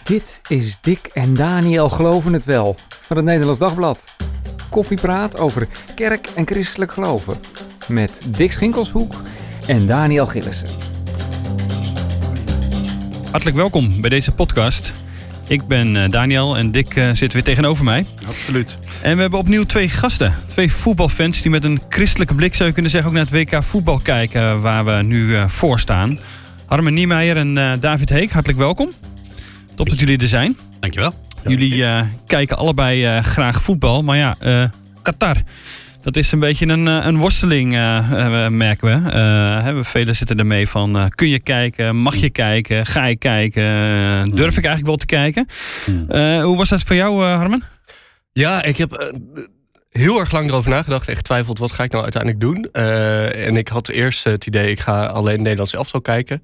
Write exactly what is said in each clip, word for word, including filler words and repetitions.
Dit is Dick en Daniel geloven het wel van het Nederlands Dagblad. Koffiepraat over kerk en christelijk geloven. Met Dick Schinkelshoek en Daniel Gillissen. Hartelijk welkom bij deze podcast. Ik ben Daniel en Dick uh, zit weer tegenover mij. Absoluut. En we hebben opnieuw twee gasten. Twee voetbalfans die met een christelijke blik, zou je kunnen zeggen, ook naar het W K voetbal kijken waar we nu uh, voor staan. Harmen Niemeyer en uh, David Heek, hartelijk welkom. Top dat jullie er zijn. Dankjewel. Jullie uh, kijken allebei uh, graag voetbal, maar ja, uh, Qatar. Dat is een beetje een, een worsteling, uh, uh, merken we. Uh, hè, velen zitten ermee van, uh, kun je kijken, mag je kijken, ga je kijken, uh, durf ik eigenlijk wel te kijken. Uh, hoe was dat voor jou, uh, Harmen? Ja, ik heb uh, heel erg lang erover nagedacht en getwijfeld, wat ga ik nou uiteindelijk doen? Uh, en ik had eerst het idee, ik ga alleen Nederlands elftal kijken.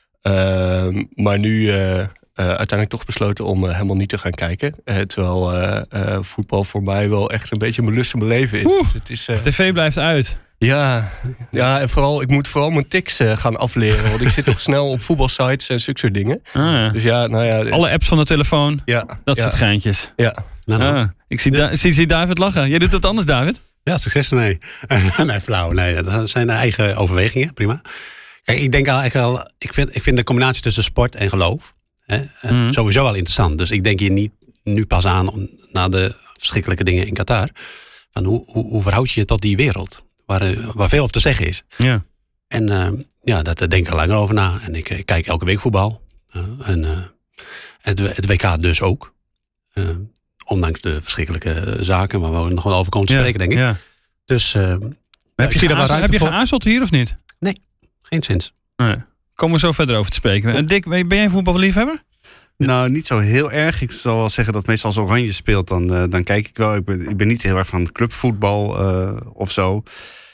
Uh, maar nu uh, uh, uiteindelijk toch besloten om uh, helemaal niet te gaan kijken. Uh, terwijl uh, uh, voetbal voor mij wel echt een beetje mijn lust en mijn leven is. Oeh, dus het is uh, tv blijft uit. Ja, ja, en vooral, ik moet vooral mijn tics uh, gaan afleren. Want ik zit toch snel op voetbalsites en zulke soort dingen. Ah, ja. Dus ja, nou ja. Alle apps van de telefoon, ja, dat ja. soort geintjes. Ja. Nou, nou. Ah, ik zie, da- zie, zie David lachen. Jij doet het anders, David? Ja, succes ermee. Nee, flauw. Nee, dat zijn de eigen overwegingen. Prima. Kijk, ik denk al eigenlijk al, ik vind, ik vind de combinatie tussen sport en geloof hè, mm. sowieso wel interessant. Dus ik denk hier niet nu pas aan om, na de verschrikkelijke dingen in Qatar. Van hoe, hoe, hoe verhoud je je tot die wereld? Waar, waar veel over te zeggen is. Ja. En uh, ja, daar denk ik al langer over na. En ik, ik kijk elke week voetbal. Uh, en uh, het, het W K dus ook. Uh, ondanks de verschrikkelijke zaken waar we nog wel over komen te ja, spreken, denk ik. Ja. Dus uh, heb je, geazeld, heb je geazeld hier of niet? Nee, geen zins. Nee. Komen we zo verder over te spreken. En Dick, ben jij een voetballiefhebber? Nou, niet zo heel erg. Ik zal wel zeggen dat meestal als Oranje speelt, dan, uh, dan kijk ik wel. Ik ben, ik ben niet heel erg van clubvoetbal uh, of zo.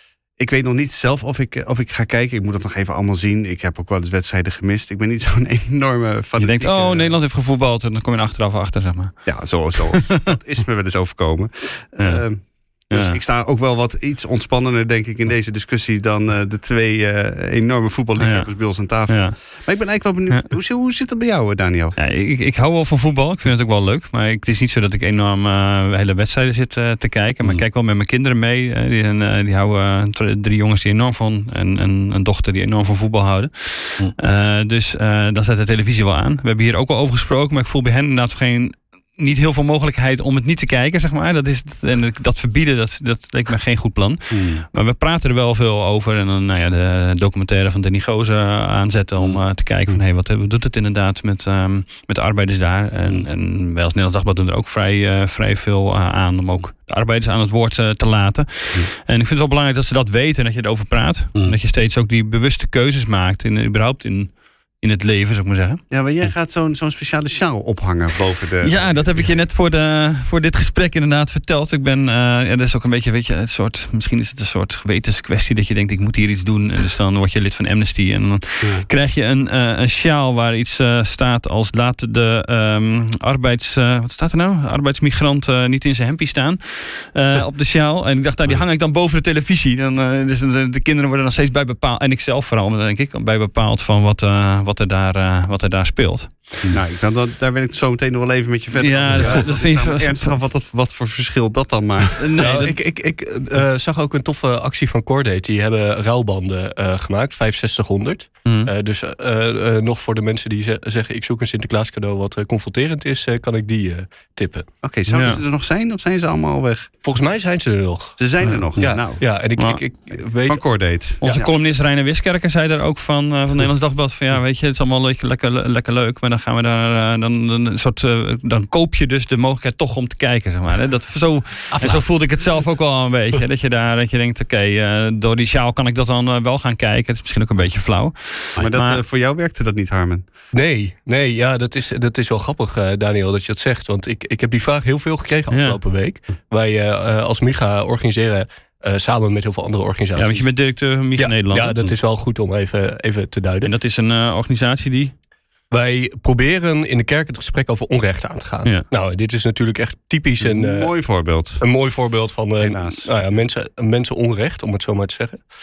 Ik weet nog niet zelf of ik, of ik ga kijken. Ik moet het nog even allemaal zien. Ik heb ook wel eens wedstrijden gemist. Ik ben niet zo'n enorme fanatieke... Je denkt, oh, Nederland heeft gevoetbald en dan kom je achteraf achter, zeg maar. Ja, zo, zo. Dat is me wel eens overkomen. Ja. Uh, Dus ja. ik sta ook wel wat iets ontspannender, denk ik, in deze discussie dan uh, de twee uh, enorme voetballiefhebbers ja. bij ons aan tafel. Ja. Maar ik ben eigenlijk wel benieuwd, ja. hoe, hoe zit het bij jou, Daniel? Ja, ik, ik hou wel van voetbal, ik vind het ook wel leuk. Maar het is niet zo dat ik enorm uh, hele wedstrijden zit uh, te kijken. Maar mm. ik kijk wel met mijn kinderen mee. Uh, die, uh, die houden uh, drie jongens die enorm van, en, en een dochter die enorm van voetbal houden. Mm. Uh, dus uh, dan staat de televisie wel aan. We hebben hier ook wel over gesproken, maar ik voel bij hen inderdaad geen... niet heel veel mogelijkheid om het niet te kijken, zeg maar. Dat is, en dat verbieden, dat, dat leek me geen goed plan. Hmm. Maar we praten er wel veel over. En dan nou ja, de documentaire van Danny Goze aanzetten om uh, te kijken van... hé, hey, wat, wat doet het inderdaad met, um, met de arbeiders daar? En, en wij als Nederlands Dagblad doen er ook vrij, uh, vrij veel uh, aan... om ook de arbeiders aan het woord uh, te laten. Hmm. En ik vind het wel belangrijk dat ze dat weten en dat je erover praat. Hmm. En dat je steeds ook die bewuste keuzes maakt. In, überhaupt in... in het leven, zou ik maar zeggen. Ja, maar jij gaat zo'n, zo'n speciale sjaal ophangen boven de... Ja, dat heb ik je net voor, de, voor dit gesprek inderdaad verteld. Ik ben, uh, ja, dat is ook een beetje, weet je, een soort... misschien is het een soort gewetenskwestie dat je denkt, ik moet hier iets doen. En dus dan word je lid van Amnesty. En dan ja. krijg je een, uh, een sjaal waar iets uh, staat als laat de um, arbeids... Uh, wat staat er nou? Arbeidsmigrant uh, niet in zijn hempie staan. Uh, op de sjaal. En ik dacht, nou, die hang ik dan boven de televisie. Dan, uh, dus de, de kinderen worden dan steeds bij bepaald... en ik zelf vooral, denk ik, bij bepaald van wat... Uh, Wat er, daar, uh, wat er daar speelt. Nou, ik kan dat, daar wil ik zo meteen nog wel even met je verder. Ja, dat, ja, dat vind je ernstig af wat, dat, wat voor verschil dat dan maakt. Nee, nou, dat... Ik, ik, ik uh, zag ook een toffe actie van Cordate. Die hebben ruilbanden uh, gemaakt, vijfenzestighonderd. Mm. Uh, dus uh, uh, nog voor de mensen die ze- zeggen... ik zoek een Sinterklaas cadeau wat uh, confronterend is... Uh, kan ik die uh, tippen. Oké, okay, zouden ja. ze er nog zijn of zijn ze allemaal weg? Volgens mij zijn ze er nog. Ze zijn uh, er nog? Ja, nou. ja en ik, nou, ik, ik weet... Van Cordate. Onze ja. columnist Reiner Wiskerker zei daar ook van... Uh, van het Nederlands Dagblad van... ja, weet je, het is allemaal lekker, lekker, lekker leuk... maar dan gaan we daar... Uh, dan, dan, een soort, uh, dan koop je dus de mogelijkheid toch om te kijken, zeg maar. Hè? Dat, zo, en zo voelde ik het zelf ook wel een beetje. Dat je daar dat je denkt, oké, okay, uh, door die sjaal kan ik dat dan uh, wel gaan kijken. Dat is misschien ook een beetje flauw. Maar, dat, maar uh, voor jou werkte dat niet, Harmen? Nee, nee, ja, dat is, dat is wel grappig, uh, Daniel, dat je dat zegt. Want ik, ik heb die vraag heel veel gekregen afgelopen ja. week. Wij uh, als MIGA organiseren... Uh, samen met heel veel andere organisaties. Ja, want je bent directeur van MIGA ja, Nederland. Ja, dat is wel goed om even, even te duiden. En dat is een uh, organisatie die... Wij proberen in de kerk het gesprek over onrecht aan te gaan. Ja. Nou, dit is natuurlijk echt typisch een... Een uh, mooi voorbeeld. Een mooi voorbeeld van uh, nou ja, mensen, mensen onrecht, om het zo maar te zeggen.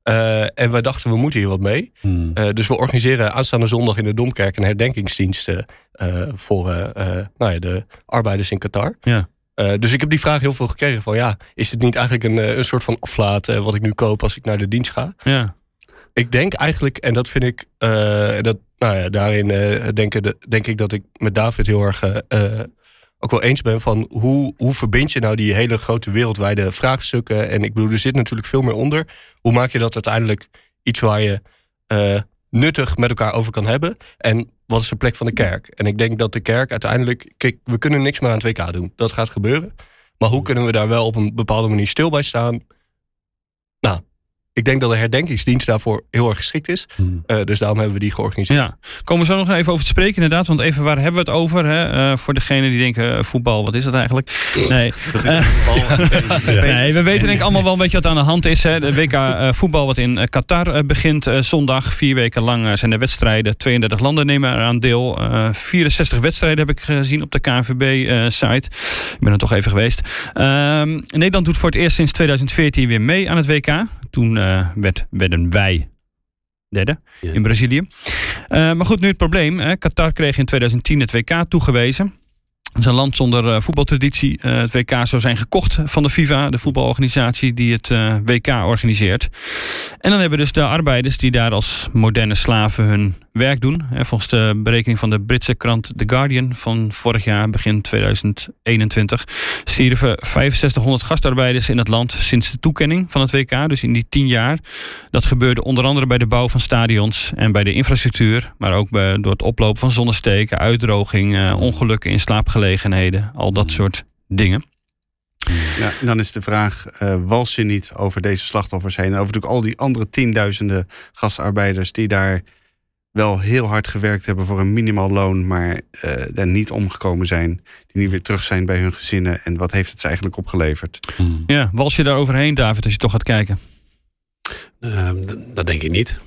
Uh, en wij dachten, we moeten hier wat mee. Hmm. Uh, dus we organiseren aanstaande zondag in de Domkerk een herdenkingsdienst uh, voor uh, uh, nou ja, de arbeiders in Qatar. Ja. Uh, dus ik heb die vraag heel veel gekregen van ja, is het niet eigenlijk een, een soort van aflaat uh, wat ik nu koop als ik naar de dienst ga? Ja. Ik denk eigenlijk, en dat vind ik, uh, dat, nou ja, daarin uh, denk, denk ik dat ik met David heel erg uh, ook wel eens ben van hoe, hoe verbind je nou die hele grote wereldwijde vraagstukken? En ik bedoel, er zit natuurlijk veel meer onder. Hoe maak je dat uiteindelijk iets waar je uh, nuttig met elkaar over kan hebben? En wat is de plek van de kerk? En ik denk dat de kerk uiteindelijk, kijk, we kunnen niks meer aan het W K doen. Dat gaat gebeuren. Maar hoe kunnen we daar wel op een bepaalde manier stil bij staan? Nou, ik denk dat de herdenkingsdienst daarvoor heel erg geschikt is. Hmm. Uh, dus daarom hebben we die georganiseerd. Ja, komen we zo nog even over te spreken inderdaad. Want even, waar hebben we het over? Hè? Uh, voor degenen die denken, uh, voetbal, wat is dat eigenlijk? Nee, dat is uh, voetbal. Nee, we weten denk ik allemaal wel een beetje wat aan de hand is. Hè? De W K uh, voetbal wat in uh, Qatar uh, begint uh, zondag. Vier weken lang uh, zijn er wedstrijden. tweeëndertig landen nemen eraan deel. Uh, vierenzestig wedstrijden heb ik gezien op de K N V B-site. Uh, ik ben er toch even geweest. Uh, Nederland doet voor het eerst sinds tweeduizend veertien weer mee aan het W K. Toen uh, werd, werden wij derde ja. in Brazilië. Uh, maar goed, nu het probleem. Hè. Qatar kreeg in tweeduizend tien het W K toegewezen. Het is een land zonder uh, voetbaltraditie. Uh, het W K zou zijn gekocht van de FIFA, de voetbalorganisatie die het uh, W K organiseert. En dan hebben we dus de arbeiders die daar als moderne slaven hun werk doen. Hè, volgens de berekening van de Britse krant The Guardian van vorig jaar, begin tweeduizend eenentwintig, stierven vijfenzestighonderd gastarbeiders in het land sinds de toekenning van het W K. Dus in die tien jaar. Dat gebeurde onder andere bij de bouw van stadions en bij de infrastructuur. Maar ook bij, door het oplopen van zonnesteken, uitdroging, uh, ongelukken in slaapgelegenheden. Al dat soort dingen. Ja, en dan is de vraag, uh, wals je niet over deze slachtoffers heen? En over natuurlijk al die andere tienduizenden gastarbeiders die daar wel heel hard gewerkt hebben voor een minimaal loon, maar uh, daar niet omgekomen zijn. Die niet weer terug zijn bij hun gezinnen. En wat heeft het ze eigenlijk opgeleverd? Hmm. Ja, wals je daar overheen, David, als je toch gaat kijken? Uh, d- dat denk ik niet.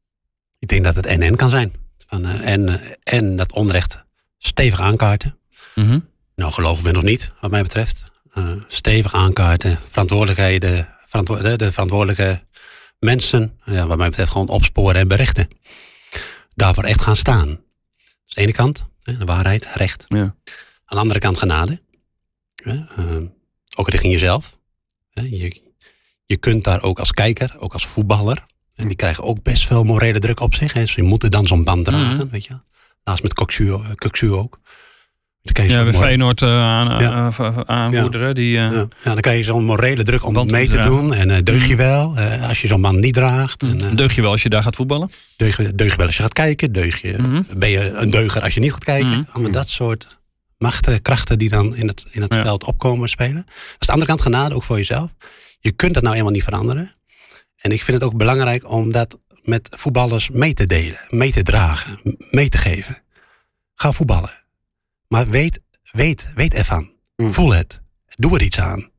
Ik denk dat het en en kan zijn. Van, uh, en, uh, en dat onrecht stevig aankaarten. Mm-hmm. Nou, geloof ik ben of niet, wat mij betreft. Uh, stevig aankaarten, verantwoordelijkheden, verantwo- de, de verantwoordelijke mensen, ja, wat mij betreft gewoon opsporen en berichten. Daarvoor echt gaan staan. Dat is de ene kant, de waarheid, recht. Ja. Aan de andere kant genade. Uh, ook richting jezelf. Je, je kunt daar ook als kijker, ook als voetballer. En die krijgen ook best veel morele druk op zich. Hè. Dus je moet dan zo'n band dragen, mm-hmm. weet je. Naast met Coxu ook. Dan ja, bij Feyenoord uh, aan, ja. uh, aanvoerder. Ja. Die, uh, ja. ja, dan krijg je zo'n morele druk om het mee te doen. En uh, deug je wel uh, als je zo'n man niet draagt. Mm. En, uh, deug je wel als je daar gaat voetballen? Deug je, deug je wel als je gaat kijken. Deug je, mm-hmm. Ben je een deuger als je niet gaat kijken. Mm-hmm. Allemaal dat soort machten, krachten die dan in het, in het ja. veld opkomen spelen. Dat is de andere kant genade, ook voor jezelf. Je kunt dat nou eenmaal niet veranderen. En ik vind het ook belangrijk om dat met voetballers mee te delen. Mee te dragen. Mee te geven. Ga voetballen. Maar weet... Weet, weet ervan. Mm. Voel het. Doe er iets aan.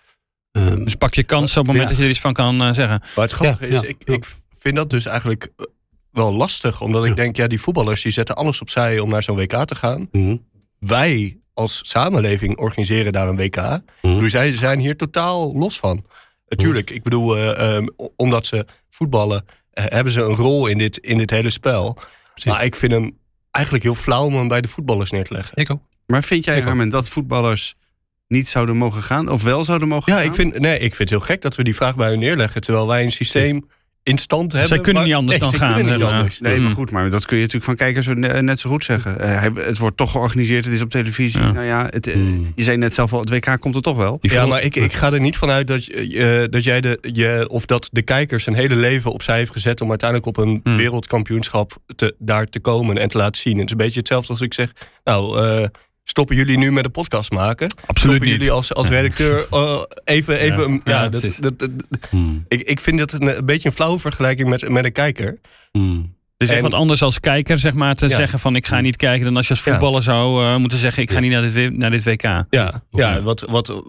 Um, dus pak je kans op het moment ja. dat je er iets van kan uh, zeggen. Maar het grappige ja, is, ja, ik, ja. ik vind dat dus eigenlijk wel lastig. Omdat ja. ik denk, ja, die voetballers die zetten alles opzij om naar zo'n W K te gaan. Mm. Wij als samenleving organiseren daar een W K. Mm. Dus zij zijn hier totaal los van. Natuurlijk, mm. ik bedoel, uh, um, omdat ze voetballen, uh, hebben ze een rol in dit, in dit hele spel. Precies. Maar ik vind hem eigenlijk heel flauw om hem bij de voetballers neer te leggen. Ik ook. Maar vind jij, Herman, dat voetballers niet zouden mogen gaan? Of wel zouden mogen ja, gaan? Ja, ik vind, nee, ik vind het heel gek dat we die vraag bij hun neerleggen. Terwijl wij een systeem in stand hebben. Zij kunnen maar, niet anders nee, dan gaan. Niet anders. Nee, maar goed, maar dat kun je natuurlijk van kijkers net zo goed zeggen. Uh, het wordt toch georganiseerd, het is op televisie. Ja. Nou ja, het, uh, je zei net zelf al, het W K komt er toch wel. Ja, maar ik, ik ga er niet vanuit dat, uh, dat jij de, je, of dat de kijkers een hele leven opzij heeft gezet om uiteindelijk op een hmm. wereldkampioenschap te, daar te komen en te laten zien. Het is een beetje hetzelfde als ik zeg, nou... Uh, stoppen jullie nu met een podcast maken? Absoluut stoppen niet. Jullie als, als redacteur uh, even... even ja, ja, ja, dat, dat, dat, hmm. ik, ik vind dat een, een beetje een flauwe vergelijking met, met een kijker. Hmm. Het is echt wat anders als kijker, zeg maar, te ja. zeggen van ik ga niet kijken dan als je als voetballer ja. zou uh, moeten zeggen ik ga niet naar dit, naar dit W K. Ja, ja, ja wat... wat uh,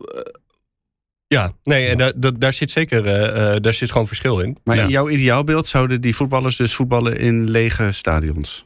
ja, nee, en daar, daar, daar zit zeker uh, daar zit gewoon verschil in. Maar ja. in jouw ideaalbeeld zouden die voetballers dus voetballen in lege stadions?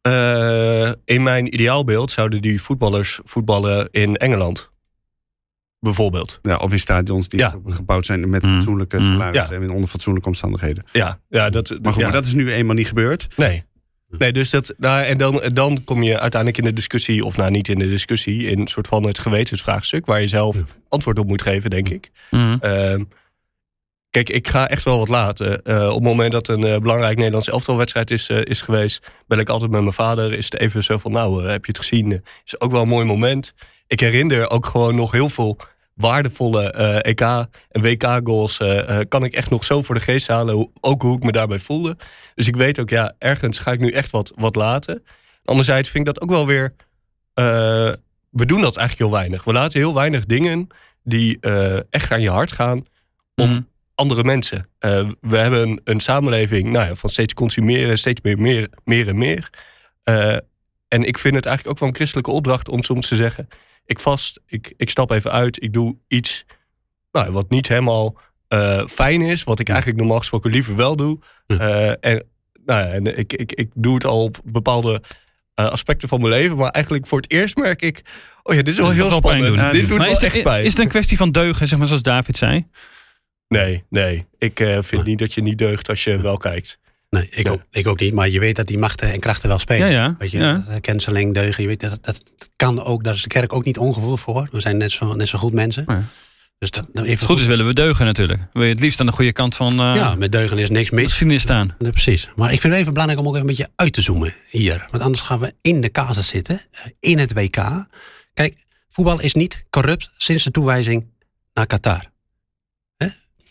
Uh, in mijn ideaalbeeld zouden die voetballers voetballen in Engeland. Bijvoorbeeld. Ja, of in stadions die Ja. gebouwd zijn met Mm. fatsoenlijke Mm. salarissen Ja. en onder fatsoenlijke omstandigheden. Ja, ja, dat, Maar goed, ja. maar dat is nu eenmaal niet gebeurd. Nee. Nee, dus dat, nou, en dan, dan kom je uiteindelijk in de discussie, of nou niet in de discussie, in een soort van het gewetensvraagstuk, waar je zelf antwoord op moet geven, denk ik. Mm. Uh, kijk, ik ga echt wel wat laten. Uh, op het moment dat een uh, belangrijk Nederlands elftalwedstrijd is, uh, is geweest, bel ik altijd met mijn vader. Is het even zo van, nou, uh, heb je het gezien? Uh, is ook wel een mooi moment. Ik herinner ook gewoon nog heel veel waardevolle uh, E K en W K-goals uh, uh, kan ik echt nog zo voor de geest halen. Hoe, ook hoe ik me daarbij voelde. Dus ik weet ook, ja, ergens ga ik nu echt wat, wat laten. Anderzijds vind ik dat ook wel weer... Uh, we doen dat eigenlijk heel weinig. We laten heel weinig dingen die uh, echt aan je hart gaan om mm. andere mensen. Uh, we hebben een, een samenleving nou ja, van steeds consumeren, steeds meer, meer, meer en meer. Uh, en ik vind het eigenlijk ook wel een christelijke opdracht om soms te zeggen... Ik vast, ik, ik stap even uit, ik doe iets nou, wat niet helemaal uh, fijn is, wat ik eigenlijk normaal gesproken liever wel doe. Uh, en nou ja, en ik, ik, ik doe het al op bepaalde uh, aspecten van mijn leven, maar eigenlijk voor het eerst merk ik, oh ja, dit is wel heel spannend. Ja, dit doet maar wel is, echt de, pijn. Is het een kwestie van deugen, zeg maar zoals David zei? Nee, nee. Ik uh, vind niet dat je niet deugt als je wel kijkt. Nee, ik, Ja. ook, ik ook niet. Maar je weet dat die machten en krachten wel spelen. Ja, ja. Weet je, Ja. canceling, deugen. Je weet, dat, dat, dat kan ook. Daar is de kerk ook niet ongevoelig voor. We zijn net zo, net zo goed mensen. Ja. Dus dat, even Als het goed is willen we deugen natuurlijk. Wil je het liefst aan de goede kant van uh, ja, met deugen is niks de mis. geschiedenis staan. Ja, precies. Maar ik vind het even belangrijk om ook even een beetje uit te zoomen hier. Want anders gaan we in de casus zitten. In het W K. Kijk, voetbal is niet corrupt sinds de toewijzing naar Qatar. Hè?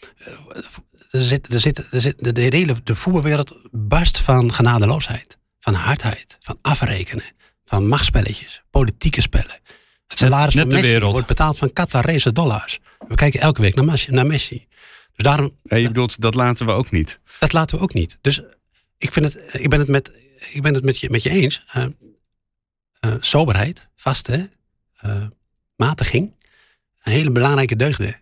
Er zit, er zit, er zit, de, de hele de voetbalwereld barst van genadeloosheid. Van hardheid. Van afrekenen. Van machtspelletjes. Politieke spellen. Het salaris net van de Messi wereld. wordt betaald van Qatarese dollars. We kijken elke week naar Messi. Naar Messi. Dus daarom, Ja, je bedoelt, dat laten we ook niet. dat laten we ook niet. Dus ik, vind het, ik ben het met, ik ben het met, je, met je eens. Uh, uh, soberheid, vasten, uh, matiging. Een hele belangrijke deugden.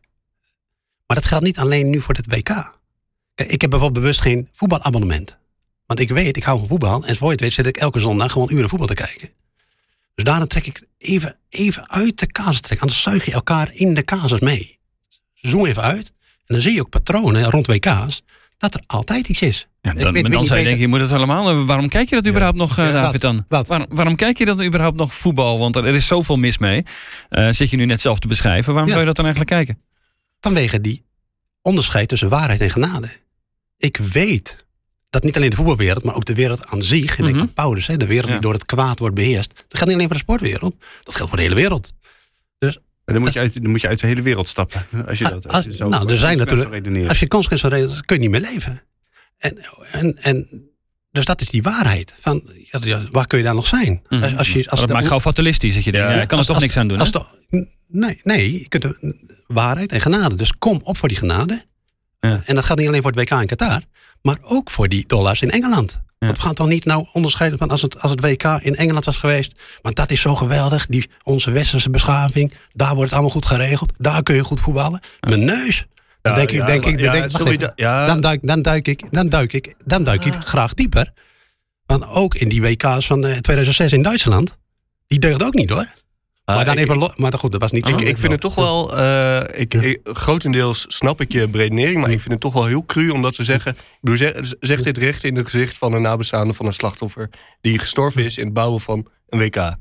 Maar dat geldt niet alleen nu voor het W K. Kijk, ik heb bijvoorbeeld bewust geen voetbalabonnement. Want ik weet, ik hou van voetbal. En voor je het weet zit ik elke zondag gewoon uren voetbal te kijken. Dus daarom trek ik even, even uit de casus trekken. Anders zuig je elkaar in de casus mee. Zoom even uit. En dan zie je ook patronen rond W K's. Dat er altijd iets is. Ja, Ik dan weet- maar weet dan niet zou je beter. denken, je moet het allemaal hebben. Waarom kijk je dat überhaupt nog, uh, Ja, David, wat? dan? Wat? Waarom, waarom kijk je dat überhaupt nog voetbal? Want er is zoveel mis mee. Uh, zit je nu net zelf te beschrijven. Waarom Ja. zou je dat dan eigenlijk kijken? Vanwege die onderscheid tussen waarheid en genade. Ik weet dat niet alleen de voetbalwereld, maar ook de wereld aan zich. Ik denk Mhm. aan Paulus, hè, de wereld Ja. die door het kwaad wordt beheerst. Dat geldt niet alleen voor de sportwereld. Dat geldt voor de hele wereld. Maar dan moet je uit, dan moet je uit de hele wereld stappen. Als je dat, als je zo, nou, er zijn als je natuurlijk. zo redeneert. Als je consequent zou rekenen, kun je niet meer leven. En, en, en, dus dat is die waarheid. Van, ja, waar kun je dan nog zijn? Mhm. Als, als je, als Maar dat de- maakt gauw fatalistisch. Dat je denkt, ja, ik kan er als- toch als- niks aan doen. als hè? de- nee, nee, je kunt er, waarheid en genade. Dus kom op voor die genade. Ja. En dat geldt niet alleen voor het W K in Qatar, maar ook voor die dollars in Engeland. Want we gaan toch niet nou onderscheiden van als het, als het W K in Engeland was geweest. Want dat is zo geweldig, die, onze westerse beschaving. Daar wordt het allemaal goed geregeld. Daar kun je goed voetballen. Mijn neus. Dan Ja, denk ik, ja, denk ik, maar- dan ja, denk ik, wacht sorry, even. da- ja. dan, duik, dan duik ik, dan duik ik, dan duik ik graag dieper. Want ook in die W K's van eh, tweeduizend zes in Duitsland, die deugde ook niet hoor. Ah, maar dan ik- even, lo- maar goed, dat was niet zo. Ik, ik vind het toch wel, uh, ik, ik, grotendeels snap ik je beredenering, maar ik vind het toch wel heel cru om dat te zeggen. Ik bedoel, zeg, zeg dit recht in het gezicht van een nabestaande van een slachtoffer die gestorven is in het bouwen van een W K. Ja.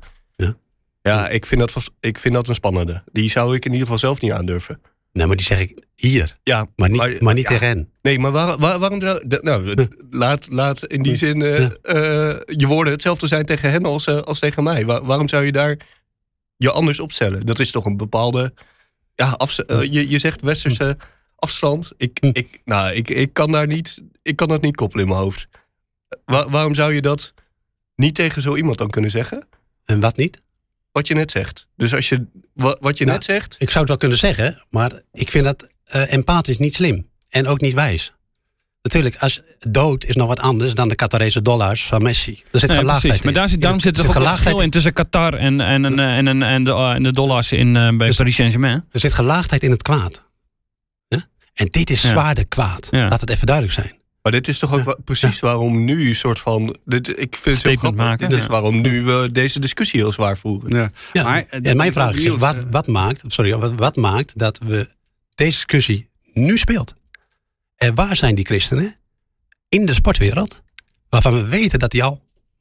Ja, ik vind, dat, vast- ik vind dat een spannende. Die zou ik in ieder geval zelf niet aandurven. Nee, maar die zeg ik hier, Ja, maar niet, maar, niet ja. tegen hen. Nee, maar waar, waar- waarom zou... de- Nou, laat, laat in die zin uh, uh, je woorden hetzelfde zijn tegen hen als, uh, als tegen mij. Waar- waarom zou je daar je anders opstellen? Dat is toch een bepaalde... Ja, afs- uh, je, je zegt westerse afstand. Ik, ik, nou, ik, ik, kan daar niet, ik kan dat niet koppelen in mijn hoofd. Wa- waarom zou je dat niet tegen zo iemand dan kunnen zeggen? En wat niet? Wat je net zegt. Dus als je... wa- Wat je Nou, net zegt... Ik zou het wel kunnen zeggen, maar ik vind dat uh, empathisch niet slim. En ook niet wijs. Natuurlijk, als dood is nog wat anders dan de Qatarese dollars van Messi. Er zit Nee, gelaagdheid precies. in. Maar daar zit, daarom Er zit er toch ook een gelaagdheid verschil in tussen Qatar en, en, en, en, en, en, de, en de dollars in, uh, bij Dus- Paris Saint-Germain. Er zit gelaagdheid in het kwaad. Ja? En dit is Ja. zwaarder kwaad. Ja. Laat het even duidelijk zijn. Maar dit is toch ook wa- precies ja. waarom nu een soort van... Dit, ik vind het heel grappig. Maken, dit ja. is waarom nu we deze discussie heel zwaar voeren. Ja. Ja, Maar, en mijn vraag is, wat, wat, maakt, sorry, wat, wat maakt dat we deze discussie nu speelt? En waar zijn die christenen in de sportwereld, waarvan we weten dat die al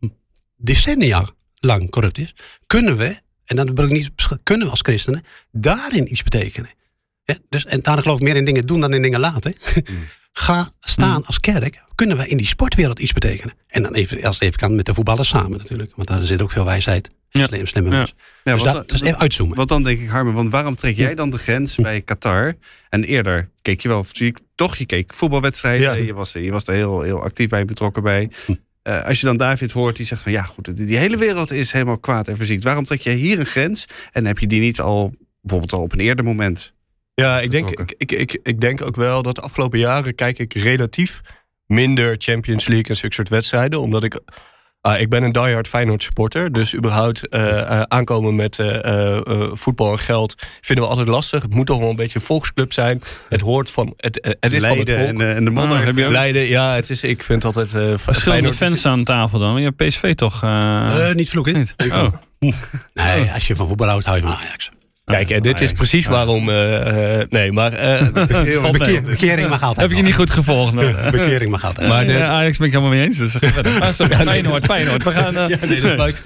decennia lang corrupt is? Kunnen we, en dan wil ik niet, kunnen we als christenen daarin iets betekenen? Ja, dus, en daar geloof ik meer in dingen doen dan in dingen laten. Mm. Ga staan mm. als kerk, kunnen we in die sportwereld iets betekenen? En dan even, als het even kan, met de voetballers samen natuurlijk. Want daar zit ook veel wijsheid. Ja. Slim, slimme ja. mensen. Ja, dus, dat, dus even uitzoomen. Want dan denk ik, Harmen, want waarom trek jij dan de grens bij Qatar? En eerder keek je wel, toch, je keek voetbalwedstrijden. Ja. Je, was, je was er heel, heel actief bij betrokken bij. Hm. Uh, als je dan David hoort, die zegt van ja goed, die, die hele wereld is helemaal kwaad en verziekt. Waarom trek jij hier een grens? En heb je die niet al, bijvoorbeeld al op een eerder moment? Ja, ik denk, ik, ik, ik, ik denk ook wel dat de afgelopen jaren kijk ik relatief minder Champions League en zulke soort wedstrijden. Omdat ik, uh, ik ben een diehard Feyenoord supporter. Dus überhaupt uh, uh, aankomen met uh, uh, voetbal en geld vinden we altijd lastig. Het moet toch wel een beetje een volksclub zijn. Het hoort van het, uh, het is Leiden van het volk. En, en de modder. Ah, heb je ook... Leiden, ja, het is, ik vind altijd... Uh, Verschillende fans aan tafel dan. Je hebt P S V toch? Uh... Uh, niet vloeken. Niet. Oh. Nee, als je van voetbal houdt, hou je van Ajax. Kijk, en dit is precies waarom... Uh, uh, nee, maar... Uh, Bekeer, bekering mag altijd. Heb ik je niet goed gevolgd? Bekering mag altijd. Maar de, ja, Ajax ben ik helemaal mee eens. Dus ah, sorry, Feyenoord, Feyenoord. We gaan... Uh... Ja, nee, dat maakt...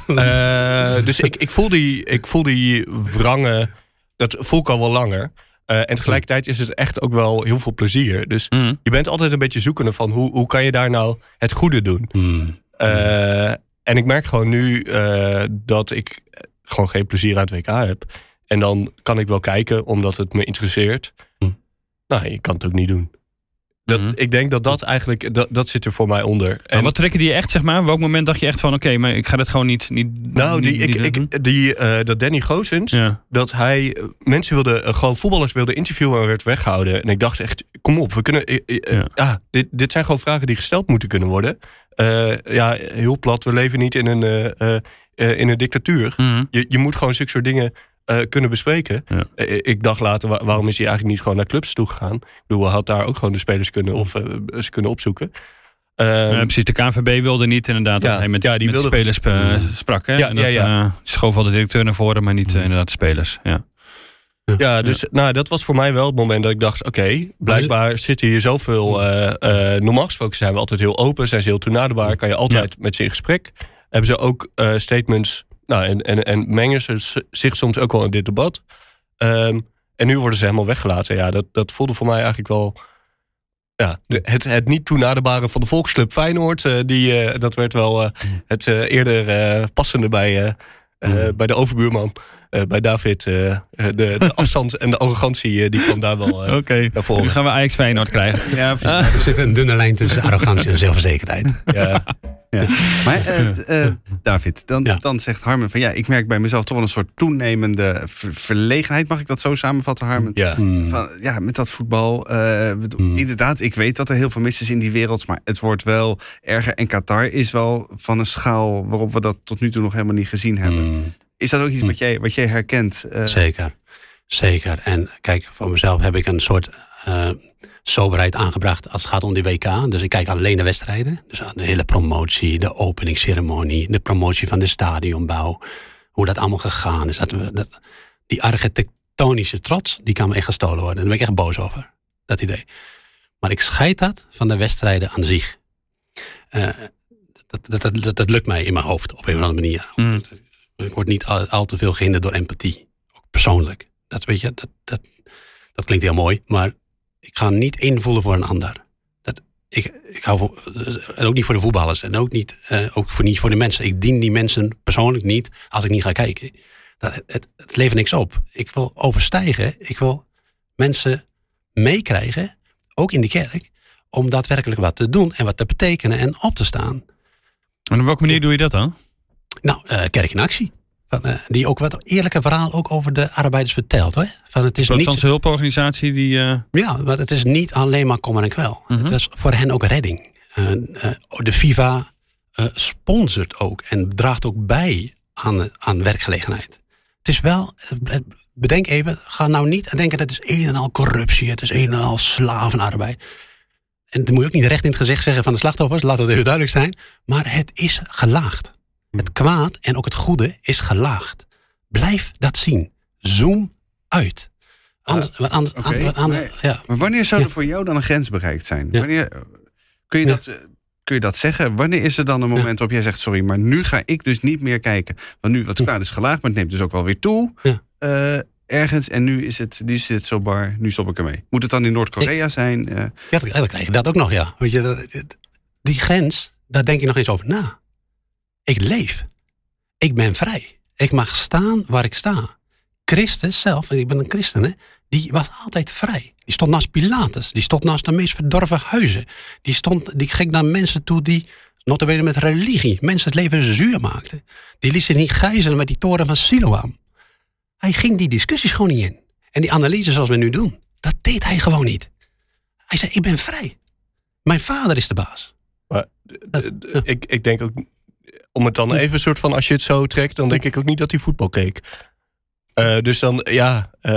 uh, dus ik, ik, voel die, ik voel die wrangen... Dat voel ik al wel langer. Uh, en tegelijkertijd is het echt ook wel heel veel plezier. Dus mm. je bent altijd een beetje zoekende van... Hoe, hoe kan je daar nou het goede doen? Mm. Uh, en ik merk gewoon nu uh, dat ik... gewoon geen plezier aan het W K heb. En dan kan ik wel kijken, omdat het me interesseert. Hm. Nou, je kan het ook niet doen. Dat, mm-hmm. Ik denk dat dat eigenlijk, dat, dat zit er voor mij onder. En maar wat trekken die echt, zeg maar? Welk moment dacht je echt van, oké, okay, maar ik ga dat gewoon niet niet Nou, die, niet, ik, niet ik, die, uh, dat Danny Goossens, ja. dat hij mensen wilde, uh, gewoon voetballers wilde interviewen en werd weggehouden. En ik dacht echt, kom op, we kunnen, uh, uh, ja. ja, dit, dit zijn gewoon vragen die gesteld moeten kunnen worden. Uh, ja, heel plat, we leven niet in een... Uh, uh, Uh, in een dictatuur. Mm-hmm. Je, je moet gewoon zulke soort dingen uh, kunnen bespreken. Ja. Uh, ik dacht later, wa- waarom is hij eigenlijk niet gewoon naar clubs toe gegaan? Ik bedoel, hij had daar ook gewoon de spelers kunnen, of, uh, ze kunnen opzoeken. Um, ja, precies, de K N V B wilde niet inderdaad ja, dat hij met, ja, die met wilde... spelers uh, sprak. Hè? Ja, en dat ja, ja. Uh, schoof wel de directeur naar voren, maar niet uh, inderdaad de spelers. Ja. Ja, dus ja. Nou, dat was voor mij wel het moment dat ik dacht... oké, okay, blijkbaar zitten hier zoveel... Uh, uh, normaal gesproken zijn we altijd heel open, zijn ze heel toenaderbaar... kan je altijd ja. met ze in gesprek... Hebben ze ook uh, statements... Nou, en, en, en mengen ze zich soms ook wel in dit debat. Um, en nu worden ze helemaal weggelaten. Ja, dat, dat voelde voor mij eigenlijk wel... Ja, de, het, het niet toenaderbare van de volksclub Feyenoord... Uh, die, uh, dat werd wel uh, het uh, eerder uh, passende bij, uh, uh, bij de overbuurman... Uh, bij David, uh, de, de afstand en de arrogantie, uh, die kwam daar wel uh, okay. naar voren. Nu gaan we Ajax Feyenoord krijgen. Ja, ah. Er zit een dunne lijn tussen arrogantie en zelfverzekerdheid. Ja. Ja. Maar uh, uh, David, dan, ja. dan zegt Harmen van ja, ik merk bij mezelf toch wel een soort toenemende ver- verlegenheid. Mag ik dat zo samenvatten, Harmen? Ja. Hmm. Van, ja, met dat voetbal. Uh, hmm. Inderdaad, ik weet dat er heel veel mis is in die wereld, maar het wordt wel erger. En Qatar is wel van een schaal waarop we dat tot nu toe nog helemaal niet gezien hebben. Hmm. Is dat ook iets wat jij, wat jij herkent? Uh... Zeker, zeker. En kijk, voor mezelf heb ik een soort uh, soberheid aangebracht als het gaat om die W K. Dus ik kijk alleen de wedstrijden. Dus de hele promotie, de openingsceremonie, de promotie van de stadionbouw. Hoe dat allemaal gegaan is. Dat we, dat, die architectonische trots, die kan me echt gestolen worden. Daar ben ik echt boos over, dat idee. Maar ik scheid dat van de wedstrijden aan zich. Uh, dat, dat, dat, dat, dat lukt mij in mijn hoofd op een of andere manier. Mm. Ik word niet al, al te veel gehinderd door empathie. Ook persoonlijk. Dat, weet je, dat, dat, dat klinkt heel mooi. Maar ik ga niet invoelen voor een ander. Dat, ik, ik hou voor, en ook niet voor de voetballers. En ook niet, uh, ook voor, niet voor de mensen. Ik dien die mensen persoonlijk niet als ik niet ga kijken. Dat, het, het levert niks op. Ik wil overstijgen. Ik wil mensen meekrijgen. Ook in de kerk. Om daadwerkelijk wat te doen. En wat te betekenen. En op te staan. En op welke manier doe je dat dan? Nou, uh, Kerk in Actie. Van, uh, die ook wat eerlijke verhaal ook over de arbeiders vertelt. Hoor. Van, het is niet een hulporganisatie die... Uh... Ja, maar het is niet alleen maar kommer en kwel. Uh-huh. Het was voor hen ook redding. Uh, uh, de FIFA uh, sponsort ook en draagt ook bij aan, aan werkgelegenheid. Het is wel, bedenk even, ga nou niet denken dat het is een en al corruptie, het is een en al slavenarbeid. en dat moet je ook niet recht in het gezicht zeggen van de slachtoffers, laat dat even duidelijk zijn. Maar het is gelaagd. Het kwaad en ook het goede is gelaagd. Blijf dat zien. Zoom uit. Anders, uh, anders, okay, anders, anders, maar, ja. maar wanneer zou er ja. voor jou dan een grens bereikt zijn? Ja. Wanneer, kun, je ja. dat, kun je dat zeggen? Wanneer is er dan een moment ja. waarop jij zegt, sorry, maar nu ga ik dus niet meer kijken. Want nu, wat kwaad is gelaagd, maar het neemt dus ook wel weer toe. Ja. Uh, ergens en nu is het, nu is het zo bar, nu stop ik ermee. Moet het dan in Noord-Korea ik, zijn? Uh, ja, dan krijg je dat ook nog, ja. Weet je, die grens, daar denk je nog eens over na. Ik leef. Ik ben vrij. Ik mag staan waar ik sta. Christus zelf, en ik ben een christen, hè, die was altijd vrij. Die stond naast Pilatus. Die stond naast de meest verdorven huizen. Die, stond, die ging naar mensen toe die, notabene met religie, mensen het leven zuur maakten. Die liet zich niet gijzelen met die toren van Siloam. Hij ging die discussies gewoon niet in. En die analyse zoals we nu doen, dat deed hij gewoon niet. Hij zei, ik ben vrij. Mijn vader is de baas. Maar, dat, d- ja. ik, ik denk ook, om het dan even soort van, als je het zo trekt, dan denk ik ook niet dat hij voetbal keek. Uh, dus dan, ja... Uh,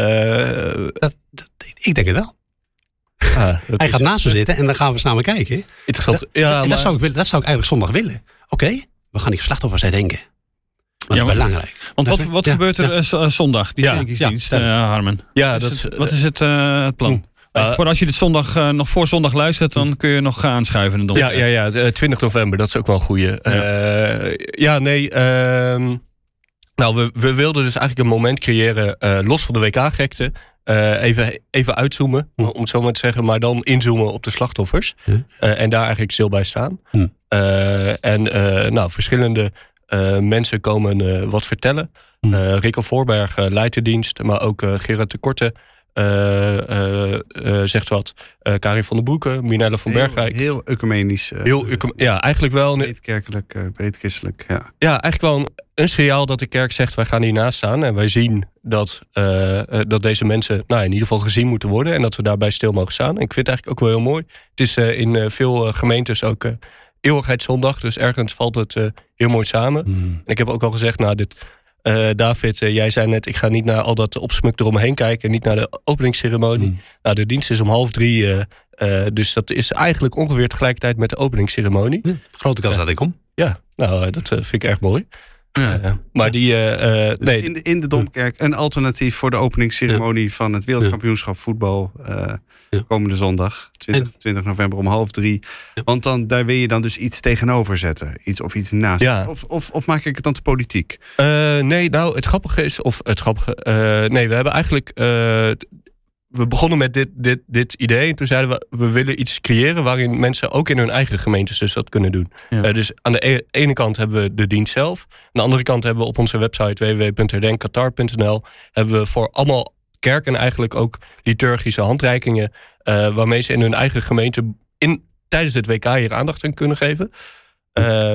dat, dat, ik denk het wel. Ah, hij is, gaat naast me zitten en dan gaan we samen kijken. Interessant. Dat, ja, dat, maar... zou ik, dat zou ik eigenlijk zondag willen. Oké, okay, we gaan die slachtoffers herdenken. Dat ja, is belangrijk. Want wat, wat ja, gebeurt er ja. uh, zondag, die herdenkingsdienst, ja, uh, Harmen? Ja, wat dat is is, het, wat is het, uh, het plan? Uh, voor als je dit zondag uh, nog voor zondag luistert, dan kun je nog aanschuiven. En ja, ja, ja, twintig november, dat is ook wel een goeie. Ja, uh, ja nee... Uh, Nou, we, we wilden dus eigenlijk een moment creëren, uh, los van de W K-gekte. Uh, even, even uitzoomen, hm. om het zo maar te zeggen. Maar dan inzoomen op de slachtoffers. Hm. Uh, en daar eigenlijk stil bij staan. Hm. Uh, en uh, nou, verschillende uh, mensen komen uh, wat vertellen. Hm. Uh, Rico Voorberg uh, leidt de dienst. Maar ook uh, Gerard de Korte uh, uh, uh, zegt wat. Uh, Karin van den Broeke, Minelle van heel, Bergrijk. Heel ecumenisch. Uh, heel ecum- ja, eigenlijk wel. Breedkerkelijk, uh, breedchristelijk, ja. Ja, eigenlijk wel een, een signaal dat de kerk zegt, wij gaan hiernaast staan. En wij zien dat, uh, uh, dat deze mensen nou, in ieder geval gezien moeten worden. En dat we daarbij stil mogen staan. En ik vind het eigenlijk ook wel heel mooi. Het is uh, in uh, veel uh, gemeentes ook uh, eeuwigheidszondag. Dus ergens valt het uh, heel mooi samen. Mm. En ik heb ook al gezegd, nou, dit, uh, David, uh, jij zei net, ik ga niet naar al dat opsmuk eromheen kijken. Niet naar de openingsceremonie. Mm. Nou, de dienst is om half drie. Uh, uh, dus dat is eigenlijk ongeveer tegelijkertijd met de openingsceremonie. Ja, grote kans uh, dat ik kom. Ja, nou, uh, dat uh, vind ik erg mooi. Ja. Uh, maar die, uh, uh, dus nee. in, de, in de Domkerk een alternatief voor de openingsceremonie ja. van het wereldkampioenschap voetbal uh, ja. komende zondag, twintig, twintig november om half drie. Ja. Want dan, daar wil je dan dus iets tegenover zetten, iets of iets naast. Ja. Of, of, of maak ik het dan te politiek? Uh, nee, nou het grappige is, of het grappige, uh, nee, we hebben eigenlijk, uh, we begonnen met dit, dit, dit idee en toen zeiden we, we willen iets creëren waarin mensen ook in hun eigen gemeentes dus dat kunnen doen. Ja. Uh, dus aan de e- ene kant hebben we de dienst zelf. Aan de andere kant hebben we op onze website w w w punt herdenkatar punt n l hebben we voor allemaal kerken eigenlijk ook liturgische handreikingen uh, waarmee ze in hun eigen gemeente in, tijdens het W K hier aandacht aan kunnen geven. Uh,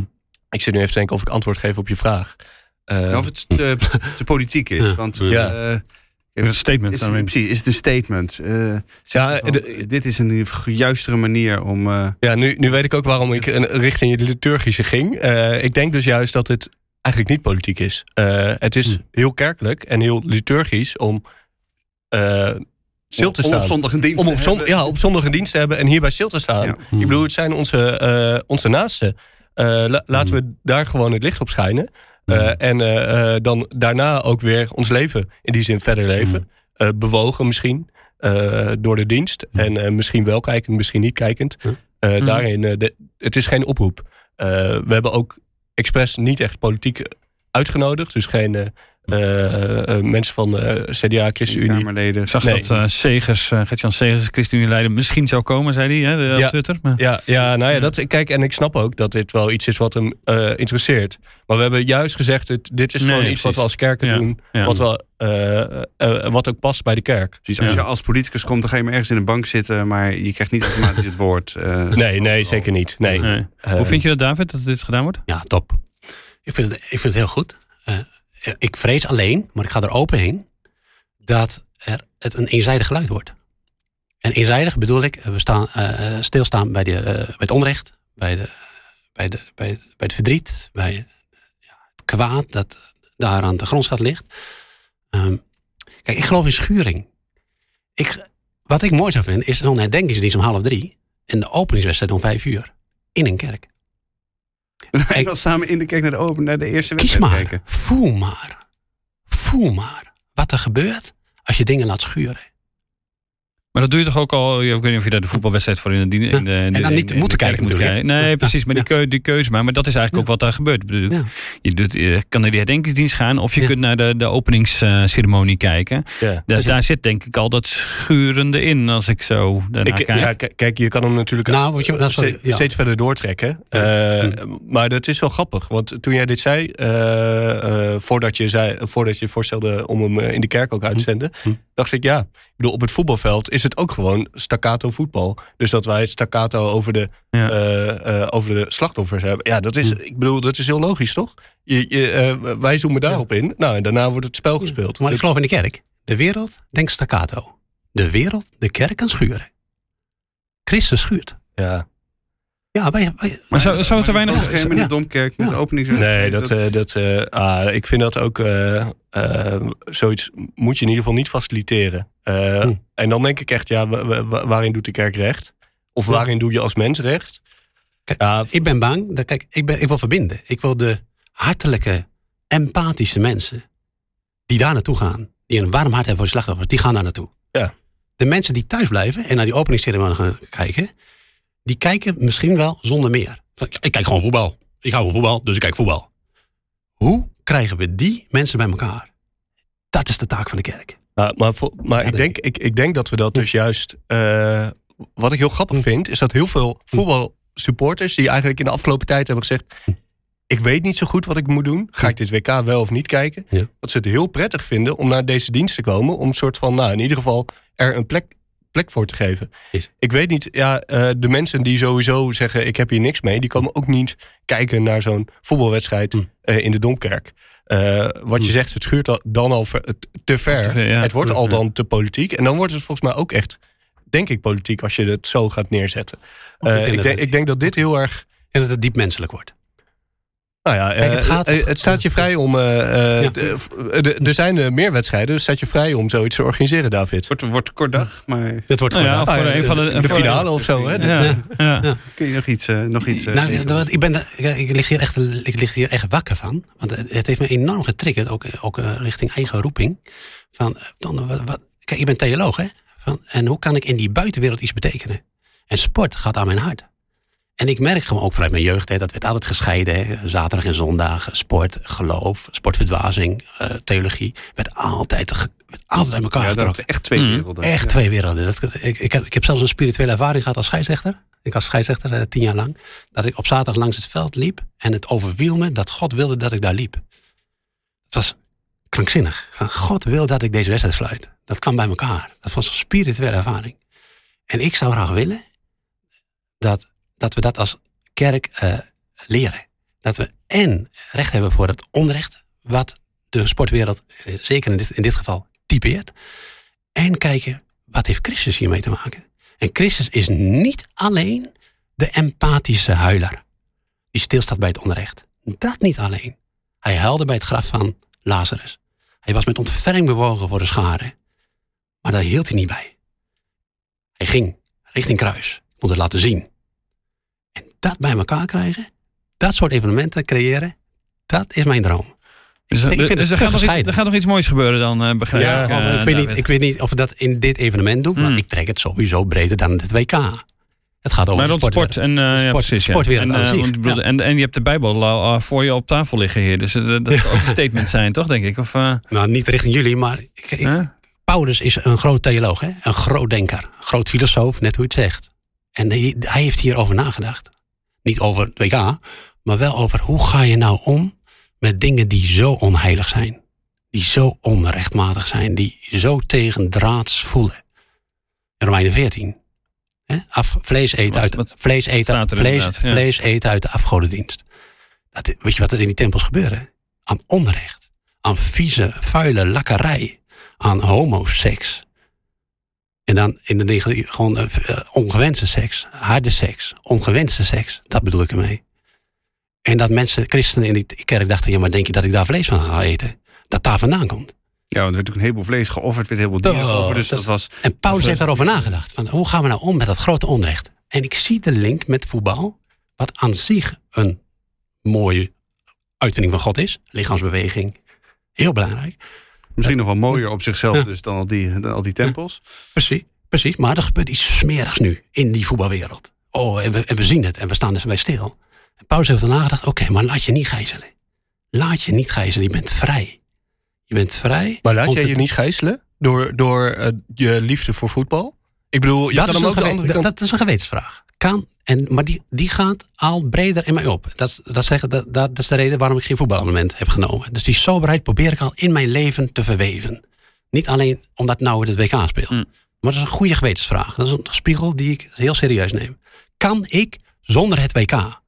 ik zit nu even te denken of ik antwoord geef op je vraag. Uh, nou, of het te, te politiek is. Ja. Want ja. Uh, een statement. Is, precies, is het een statement? Uh, ja, van, de, dit is een juistere manier om... Uh... Ja, nu, nu weet ik ook waarom ik richting de liturgische ging. Uh, ik denk dus juist dat het eigenlijk niet politiek is. Uh, het is hmm. heel kerkelijk en heel liturgisch om uh, stil te staan. Om op zondag een dienst om te op zon, hebben. Ja, op zondag een dienst te hebben en hierbij stil te staan. Ja. Hmm. Ik bedoel, het zijn onze, uh, onze naasten. Uh, la, laten we daar gewoon het licht op schijnen. Uh, en uh, dan daarna ook weer ons leven in die zin verder leven. Uh, bewogen misschien uh, door de dienst. En uh, misschien wel kijkend, misschien niet kijkend. Uh, mm. Daarin, uh, de, het is geen oproep. Uh, we hebben ook expres niet echt politiek uitgenodigd. Dus geen uh, uh, uh, mensen van uh, C D A, ChristenUnie. Kamerleden. Ik zag nee. dat uh, Segers, uh, Gert-Jan Segers, ChristenUnie-leider, misschien zou komen, zei hij, hè, ja. op Twitter. Maar... Ja, ja, nou ja, dat, kijk, en ik snap ook dat dit wel iets is wat hem uh, interesseert. Maar we hebben juist gezegd, dit, dit is nee, gewoon iets precies. wat we als kerken ja. doen. Ja. Wat, we, uh, uh, wat ook past bij de kerk. Precies, als ja. je als politicus komt, dan ga je maar ergens in een bank zitten, maar je krijgt niet automatisch het woord. Uh, nee, nee, zeker niet. Nee. Nee. Uh, Hoe vind je dat, David, dat dit gedaan wordt? Ja, top. Ik vind het, ik vind het heel goed. Uh, ik vrees alleen, maar ik ga er open heen, dat er het een eenzijdig geluid wordt. En eenzijdig bedoel ik, we staan, uh, stilstaan bij, de, uh, bij het onrecht, bij, de, bij, de, bij, het, bij het verdriet, bij ja, het kwaad dat daar aan de grondslag ligt. Um, kijk, ik geloof in schuring. Ik, wat ik mooi zou vinden, is zo'n herdenkingsdienst om half drie. En de openingswedstrijd om vijf uur. In een kerk. Ik wil samen in de kerk naar de, open, naar de eerste Kies wedstrijd maar. kijken. Voel maar. Voel maar. Wat er gebeurt als je dingen laat schuren. Maar dat doe je toch ook al, ik weet niet of je daar de voetbalwedstrijd voor in de, in de, in de En dan niet in de moeten kerk kijken moet natuurlijk. kijken. Nee, Ja. precies, maar die, Ja. keu, die keuze maar. Maar dat is eigenlijk Ja. ook wat daar gebeurt. Ik bedoel, Ja. Je, doet, je kan naar die herdenkingsdienst gaan of je Ja. kunt naar de, de openingsceremonie kijken. Ja. Da, daar zit denk ik al dat schurende in als ik zo daarna Ik, kijk. ja, k- kijk, je kan hem natuurlijk Nou, weet je, nou, sorry, steeds, ja. steeds verder doortrekken. Ja. Uh, maar dat is wel grappig. Want toen jij dit zei, uh, uh, voordat, je zei voordat je voorstelde om hem uh, in de kerk ook uit te zenden, Hm. dacht ik, ja, ik bedoel, op het voetbalveld is het ook gewoon staccato voetbal. Dus dat wij het staccato over de, Ja. uh, uh, over de slachtoffers hebben. Ja, dat is, Hm. ik bedoel, dat is heel logisch, toch? Je, je, uh, wij zoomen daarop in. Nou, en daarna wordt het spel gespeeld. Maar ik geloof in de kerk. De wereld denkt staccato. De wereld, de kerk kan schuren. Christus schuurt. Ja. Ja, wij, wij, Maar zou, zou het er weinig... Ja. Scherm in de Domkerk met Ja. de openingswedstrijd. Nee, dat, uh, dat, uh, ah, ik vind dat ook uh, uh, zoiets moet je in ieder geval niet faciliteren. Uh, Hm. En dan denk ik echt, ja, wa- wa- waarin doet de kerk recht? Of Ja. waarin doe je als mens recht? Kijk, Ja, ik ben bang. Dat, kijk, ik, ben, ik wil verbinden. Ik wil de hartelijke, empathische mensen die daar naartoe gaan, die een warm hart hebben voor de slachtoffers, die gaan daar naartoe. Ja. De mensen die thuis blijven en naar die openingsceremonie gaan kijken, die kijken misschien wel zonder meer. Van, ja, ik kijk gewoon voetbal. Ik hou van voetbal, dus ik kijk voetbal. Hoe krijgen we die mensen bij elkaar? Dat is de taak van de kerk. maar, maar, vo- maar Ja, ik, denk denk, ik, ik denk dat we dat dus juist... Uh, wat ik heel grappig Hm. vind, is dat heel veel voetbalsupporters die eigenlijk in de afgelopen tijd hebben gezegd, ik weet niet zo goed wat ik moet doen. Ga ik dit W K wel of niet kijken? Ja. Dat ze het heel prettig vinden om naar deze dienst te komen, om een soort van, nou, in ieder geval er een plek, plek voor te geven. Is. Ik weet niet, ja, uh, de mensen die sowieso zeggen, ik heb hier niks mee, die komen ook niet kijken naar zo'n voetbalwedstrijd Hm. uh, in de Domkerk. Uh, wat Hm. je zegt, het schuurt al- dan al ver- te ver. Te ver, ja. Het wordt Ja. al dan te politiek. En dan wordt het volgens mij ook echt, denk ik, politiek als je het zo gaat neerzetten. Uh, Ik ik, denk dat denk, het- ik denk dat dit heel erg... En dat het diep menselijk wordt. Nou ja, Kijk, het het, gaat- het staat je vrij om... Uh, uh, Ja. de- de- er zijn uh, meer wedstrijden, dus het staat je vrij om zoiets te organiseren, David. wordt, wordt een kort dag, maar Dat wordt Nou ja, gewoon- voor Ah, een van de, de voor- finale of zo, hè? Ja, ja. Ja. kun je nog iets... Uh, nog iets uh, Nou, dat- ik, ben er, ik, ik, lig hier echt, ik lig hier echt wakker van. Want het het heeft me enorm getriggerd, ook, ook uh, richting eigen roeping. Van, uh, dan, wat, wat, kijk, ik ben theoloog, hè? Van, en hoe kan ik in die buitenwereld iets betekenen? En sport gaat aan mijn hart. En ik merk gewoon ook vanuit mijn jeugd, hè, dat werd altijd gescheiden. Hè, zaterdag en zondag, sport, geloof, sportverzwazing, uh, theologie. Werd altijd, ge- werd altijd uit elkaar ja, daar getrokken. had echt twee Mm. werelden. Echt Ja. twee werelden. Dat, ik, ik, heb, ik heb zelfs een spirituele ervaring gehad als scheidsrechter. Ik was scheidsrechter uh, tien jaar lang. Dat ik op zaterdag langs het veld liep. En het overviel me dat God wilde dat ik daar liep. Het was krankzinnig. Van God wil dat ik deze wedstrijd fluit. Dat kwam bij elkaar. Dat was een spirituele ervaring. En ik zou graag willen dat, dat we dat als kerk uh, leren. Dat we en recht hebben voor het onrecht. Wat de sportwereld, uh, zeker in dit, in dit geval, typeert. En kijken, wat heeft Christus hiermee te maken? En Christus is niet alleen de empathische huiler. Die stilstaat bij het onrecht. Dat niet alleen. Hij huilde bij het graf van Lazarus. Hij was met ontferming bewogen voor de scharen. Maar daar hield hij niet bij. Hij ging richting kruis. Ik moet het laten zien. En dat bij elkaar krijgen, dat soort evenementen creëren, dat is mijn droom. Dus, Ik vind dus het er, te gaat nog iets, gescheiden. er gaat nog iets moois gebeuren dan, uh, begrijp Ja, ik. maar uh, ik, weet niet, David. ik weet niet of we dat in dit evenement doen, Hmm. want ik trek het sowieso breder dan het W K. Het gaat over Maar de rond sport sportwereld. en, uh, ja, Sport- precies, ja. sportwereld en, aan uh, zich, want ik bedoel, ja. en, en je hebt de Bijbel uh, voor je op tafel liggen hier. Dus uh, dat zal ook een statement zijn, toch, denk ik? Of, uh, Nou, niet richting jullie, maar ik, ik, huh? Paulus is een groot theoloog, hè? Een groot denker, een groot filosoof, net hoe je het zegt. En hij, hij heeft hierover nagedacht. Niet over het W K, maar wel over hoe ga je nou om met dingen die zo onheilig zijn. Die zo onrechtmatig zijn, die zo tegendraads voelen. In Romeinen veertien. Hè? Af, vlees eten Wat- uit, wat vlees eten, staat er vlees, inderdaad, ja. vlees eten uit de afgodendienst. Dat, weet je wat er in die tempels gebeurde? Aan onrecht. Aan vieze, vuile lakkerij. Aan homoseks. En dan in de negen, gewoon uh, ongewenste seks. Harde seks. Ongewenste seks. Dat bedoel ik ermee. En dat mensen, christenen in die kerk dachten, ja, maar denk je dat ik daar vlees van ga eten? Dat daar vandaan komt. Ja, want er werd natuurlijk een heleboel vlees geofferd, werd heel veel dieren Oh, geofferd. Dus dat- dat was... En Paulus Dat- heeft daarover nagedacht. Van, hoe gaan we nou om met dat grote onrecht? En ik zie de link met voetbal, wat aan zich een mooie uitvinding van God is. Lichaamsbeweging, heel belangrijk. Misschien nog wel mooier op zichzelf ja. dus dan al die, dan al die tempels. Precies, precies, maar er gebeurt iets smerigs nu in die voetbalwereld. Oh, en we, en we zien het en we staan er bij stil. En Paulus heeft erna gedacht, oké, okay, maar laat je niet gijzelen. Laat je niet gijzelen, je bent vrij. Je bent vrij. Maar laat jij je niet gijzelen door, door uh, je liefde voor voetbal? Ik bedoel, je dat kan hem ook de andere dat, kant... Dat is een gewetensvraag. Kan, en, maar die, die gaat al breder in mij op. Dat, dat, zeggen, dat, dat is de reden waarom ik geen voetbalabonnement heb genomen. Dus die soberheid probeer ik al in mijn leven te verweven. Niet alleen omdat nou het W K speelt. Mm. Maar dat is een goede gewetensvraag. Dat is een spiegel die ik heel serieus neem. Kan ik zonder het W K?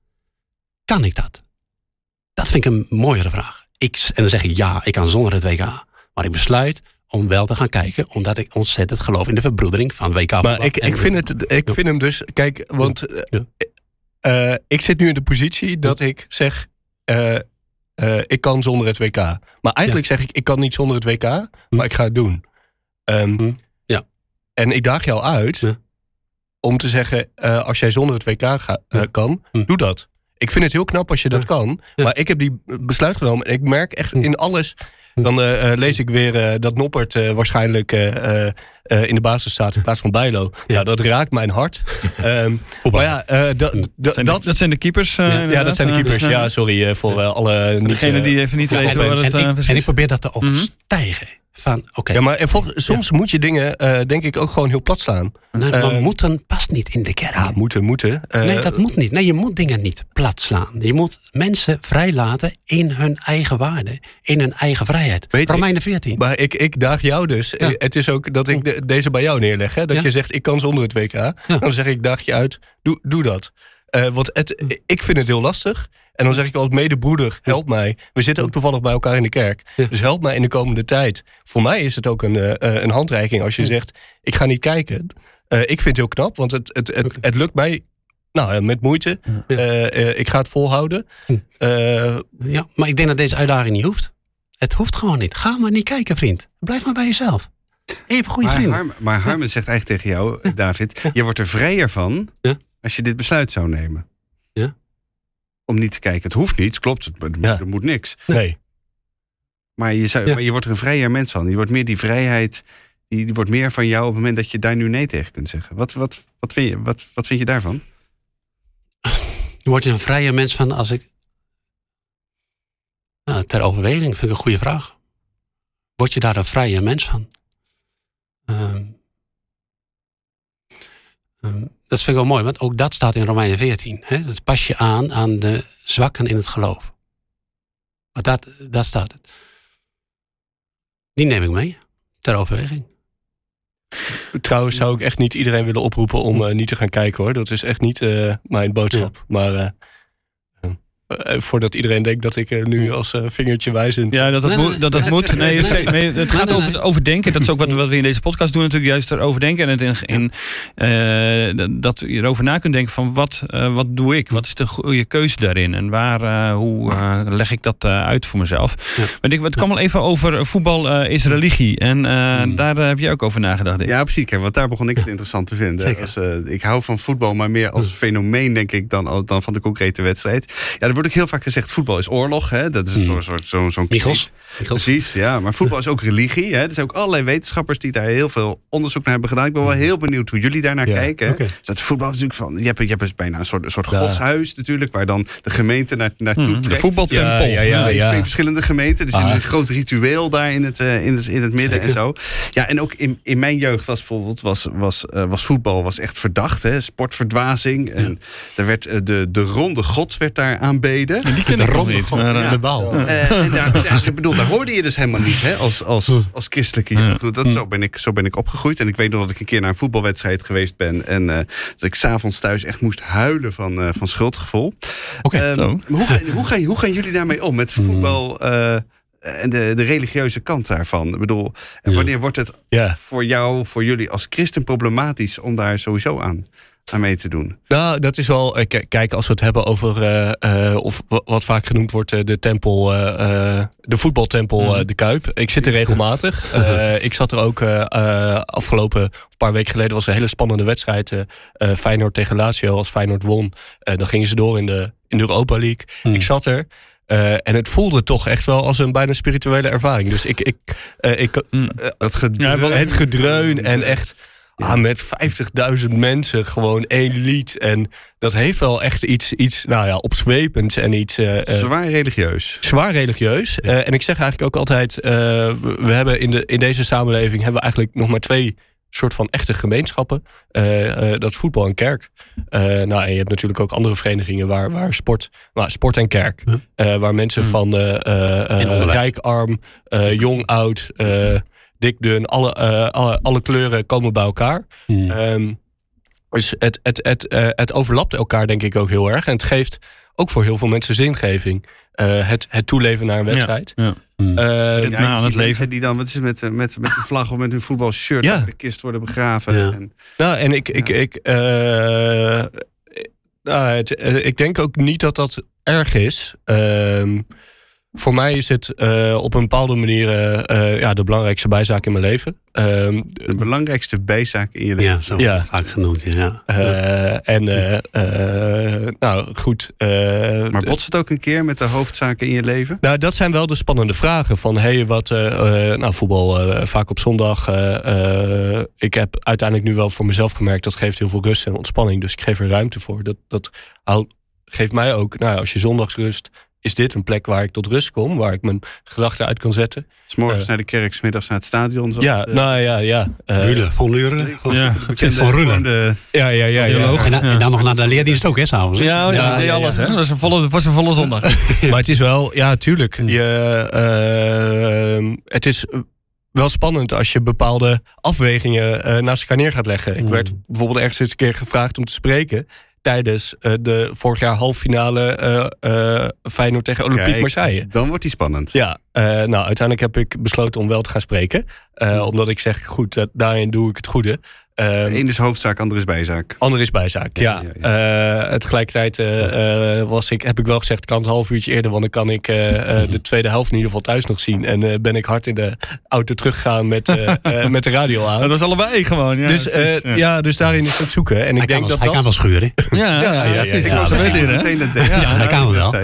Kan ik dat? Dat vind ik een mooiere vraag. Ik, en dan zeg ik ja, ik kan zonder het W K. Maar ik besluit om wel te gaan kijken, omdat ik ontzettend geloof in de verbroedering van W K. Maar ik, ik, vind, het, ik vind hem dus, kijk, want ja. uh, ik zit nu in de positie dat ik zeg, uh, uh, ik kan zonder het W K. Maar eigenlijk ja. zeg ik, ik kan niet zonder het W K, maar hm. ik ga het doen. Um, ja. En ik daag jou uit ja. om te zeggen, uh, als jij zonder het W K ga, uh, kan, hm. doe dat. Ik vind het heel knap als je dat kan, ja. maar ik heb die besluit genomen en ik merk echt in alles... Dan uh, uh, lees ik weer uh, dat Noppert uh, waarschijnlijk uh, uh, uh, in de basis staat in plaats van Bijlo. Ja, ja dat raakt mijn hart. Um, maar ja, uh, da, da, dat, zijn de, dat, dat zijn de keepers. Uh, ja, ja, dat zijn de keepers. Ja, sorry uh, voor uh, alle... Voor degene die even niet ja, weten en, wat het en, uh, ik, en ik probeer dat te overstijgen. Mm-hmm. Van, okay. Ja, maar en vol, soms ja. moet je dingen, uh, denk ik, ook gewoon heel plat slaan. Nee, maar uh, moeten past niet in de kerk. Ja, moeten, moeten. Uh, nee, dat moet niet. Nee, je moet dingen niet plat slaan. Je moet mensen vrijlaten in hun eigen waarde. In hun eigen vrijheid. Romeinen veertien. Maar ik, ik daag jou dus. Ja. Het is ook dat ik de, deze bij jou neerleg. Hè? Dat ja. je zegt, ik kan zonder het W K. Ja. Dan zeg ik, daag je uit, doe, doe dat. Uh, want het, ik vind het heel lastig. En dan zeg ik als medebroeder, help mij. We zitten ook toevallig bij elkaar in de kerk. Ja. Dus help mij in de komende tijd. Voor mij is het ook een, uh, een handreiking als je ja. zegt, ik ga niet kijken. Uh, ik vind het heel knap, want het, het, het, het lukt mij nou, met moeite. Ja. Uh, uh, ik ga het volhouden. Uh, ja, maar ik denk dat deze uitdaging niet hoeft. Het hoeft gewoon niet. Ga maar niet kijken, vriend. Blijf maar bij jezelf. Even goede maar, vrienden. Har- maar Harmen ja. zegt eigenlijk tegen jou, ja. David, ja. je wordt er vrijer van ja. als je dit besluit zou nemen. Ja. Om niet te kijken. Het hoeft niet, klopt. Het, ja. Er moet niks. Nee. Maar je, zou, ja. maar je wordt er een vrijer mens van. Je wordt meer die vrijheid, die, die wordt meer van jou op het moment dat je daar nu nee tegen kunt zeggen. Wat, wat, wat, vind, je, wat, wat vind je daarvan? Je wordt een vrije mens van als ik... Nou, ter overweging vind ik een goede vraag. Word je daar een vrije mens van? Um, um, dat vind ik wel mooi, want ook dat staat in Romeinen veertien. Hè? Dat pas je aan aan de zwakken in het geloof. Maar dat, dat staat het. Die neem ik mee, ter overweging. Trouwens zou ik echt niet iedereen willen oproepen om uh, niet te gaan kijken hoor. Dat is echt niet uh, mijn boodschap. Ja. Maar... Uh, Uh, voordat iedereen denkt dat ik uh, nu als uh, vingertje wijzend... Ja, dat dat, nee, moet, dat, dat moet. Nee, het, nee, het gaat nee, nee, over overdenken. Dat is ook wat, wat we in deze podcast doen natuurlijk. Juist erover denken. En het in, in, uh, dat je erover na kunt denken van wat, uh, wat doe ik? Wat is de goede keuze daarin? En waar, uh, hoe uh, leg ik dat uh, uit voor mezelf? Ja. Maar ik, het kwam al even over voetbal uh, is religie. En uh, hmm. daar uh, heb je ook over nagedacht, denk ik. Ja, precies. Kijk, want daar begon ik het interessant te vinden. Als, uh, ik hou van voetbal, maar meer als fenomeen, denk ik, dan, dan van de concrete wedstrijd. Ja, er wordt ook heel vaak gezegd, voetbal is oorlog. Hè? Dat is een soort, soort zo, zo'n Michels. Precies, ja. Maar voetbal is ook religie. Hè? Er zijn ook allerlei wetenschappers die daar heel veel onderzoek naar hebben gedaan. Ik ben wel heel benieuwd hoe jullie daarnaar ja, kijken. Okay. Dus dat voetbal is natuurlijk van... Je hebt, je hebt dus bijna een soort, een soort ja. godshuis natuurlijk, waar dan de gemeente naar, naartoe mm, trekt. De voetbaltempel. Ja, ja, ja, twee, ja. twee verschillende gemeenten. Dus ah. een groot ritueel daar in het, uh, in het, in het midden Zeker. En zo. Ja, en ook in, in mijn jeugd was bijvoorbeeld was, was, uh, was voetbal was echt verdacht. Hè? Sportverdwazing. Ja. En er werd, uh, de, de ronde gods werd daar aanbeden. En die ken ik nog niet. Maar, ja. De bal. Uh, en daar, ja, ik bedoel, daar hoorde je dus helemaal niet hè, als, als, als christelijke jeugd. Ja. Dat, zo, ben ik, zo ben ik opgegroeid. En ik weet nog dat ik een keer naar een voetbalwedstrijd geweest ben. En uh, dat ik 's avonds thuis echt moest huilen van, uh, van schuldgevoel. Okay, uh, hoe, gaan, hoe, gaan, hoe gaan jullie daarmee om? Met voetbal... Uh, en de, de religieuze kant daarvan. Ik bedoel, en wanneer wordt het Ja. voor jou, voor jullie als christen problematisch om daar sowieso aan, aan mee te doen? Nou, dat is wel... eh, k- Kijk, als we het hebben over... eh, eh, of w- wat vaak genoemd wordt eh, de tempel... eh, eh, de voetbaltempel eh, De Kuip. Ik zit er regelmatig. Eh, ik zat er ook eh, eh, afgelopen... een paar weken geleden was een hele spannende wedstrijd. eh, eh, Feyenoord tegen Lazio. Als Feyenoord won, eh, dan gingen ze door in de, in de Europa League. Hmm. Ik zat er. Uh, en het voelde toch echt wel als een bijna spirituele ervaring. Dus ik... ik, uh, ik uh, Dat gedreun. ja, wel het gedreun en echt... Ah, met vijftigduizend mensen gewoon één lied. En dat heeft wel echt iets, iets nou ja, opzwepends en iets... Uh, Zwaar religieus. Zwaar religieus. Uh, en ik zeg eigenlijk ook altijd... Uh, we, we hebben in, de, in deze samenleving hebben we eigenlijk nog maar twee soort van echte gemeenschappen. Uh, uh, dat is voetbal en kerk. Uh, nou, en je hebt natuurlijk ook andere verenigingen waar, waar sport... Nou, sport en kerk. Uh, waar mensen hmm. van uh, uh, rijk, arm, uh, jong, oud... Uh, dik, dun, alle, uh, alle, alle kleuren komen bij elkaar. Hmm. Um, dus het, het, het, uh, het overlapt elkaar denk ik ook heel erg. En het geeft ook voor heel veel mensen zingeving. Uh, het, het toeleven naar een wedstrijd. Ja, ja. Uh, ja, ja, nou, het leven die dan, wat is het, met, met, met de vlag of met hun voetbalshirt ja. op de kist worden begraven. Ja. En, nou, en ik, ja. ik, ik, uh, nou, het, uh, ik denk ook niet dat dat erg is. Uh, Voor mij is het uh, op een bepaalde manier uh, uh, ja, de belangrijkste bijzaak in mijn leven. Uh, de belangrijkste bijzaak in je leven? Ja, zo ja. vaak genoemd. Ja. Uh, en uh, uh, nou goed. Uh, maar botst het ook een keer met de hoofdzaken in je leven? Nou, dat zijn wel de spannende vragen. Van hey, wat, uh, uh, nou voetbal uh, vaak op zondag. Uh, uh, ik heb uiteindelijk nu wel voor mezelf gemerkt dat geeft heel veel rust en ontspanning. Dus ik geef er ruimte voor. Dat, dat geeft mij ook, nou als je zondags rust. Is dit een plek waar ik tot rust kom, waar ik mijn gedachten uit kan zetten? 'S morgens uh, naar de kerk, 's middags naar het stadion. Ja, de, nou ja, ja. Uh, Rule, van Luren. Ja, van Rule. Ja, ja, ja. ja. En, dan, en dan nog naar de leerdienst ook, hè, s'avonds. Ja, ja, ja, ja, alles, hè. Dat is een volle, was een volle zondag. Maar het is wel, ja, tuurlijk. Je, uh, het is wel spannend als je bepaalde afwegingen uh, naast elkaar neer gaat leggen. Ik werd bijvoorbeeld ergens eens een keer gevraagd om te spreken tijdens uh, de vorig jaar halffinale uh, uh, Feyenoord tegen Olympique Kijk, Marseille. Dan wordt die spannend. Ja, uh, nou uiteindelijk heb ik besloten om wel te gaan spreken. Uh, hmm. Omdat ik zeg, goed, dat, daarin doe ik het goede. Um, Eén is hoofdzaak, ander is bijzaak. Ander is bijzaak, ja. ja, ja, ja. Uh, tegelijkertijd uh, uh, was ik, heb ik wel gezegd, kan het een half uurtje eerder, want dan kan ik uh, uh, de tweede helft in ieder geval thuis nog zien. En uh, ben ik hard in de auto teruggegaan met, uh, uh, met de radio aan. Dat was allebei gewoon, ja. Dus, uh, ja. ja, dus daarin is het zoeken. En hij ik denk wel, dat hij dat... kan wel schuren. Ja, ja, ja, ja, ja, ja, ik ja, was ja, er in, meteen dat deed. Ja, ja, hij kan wel.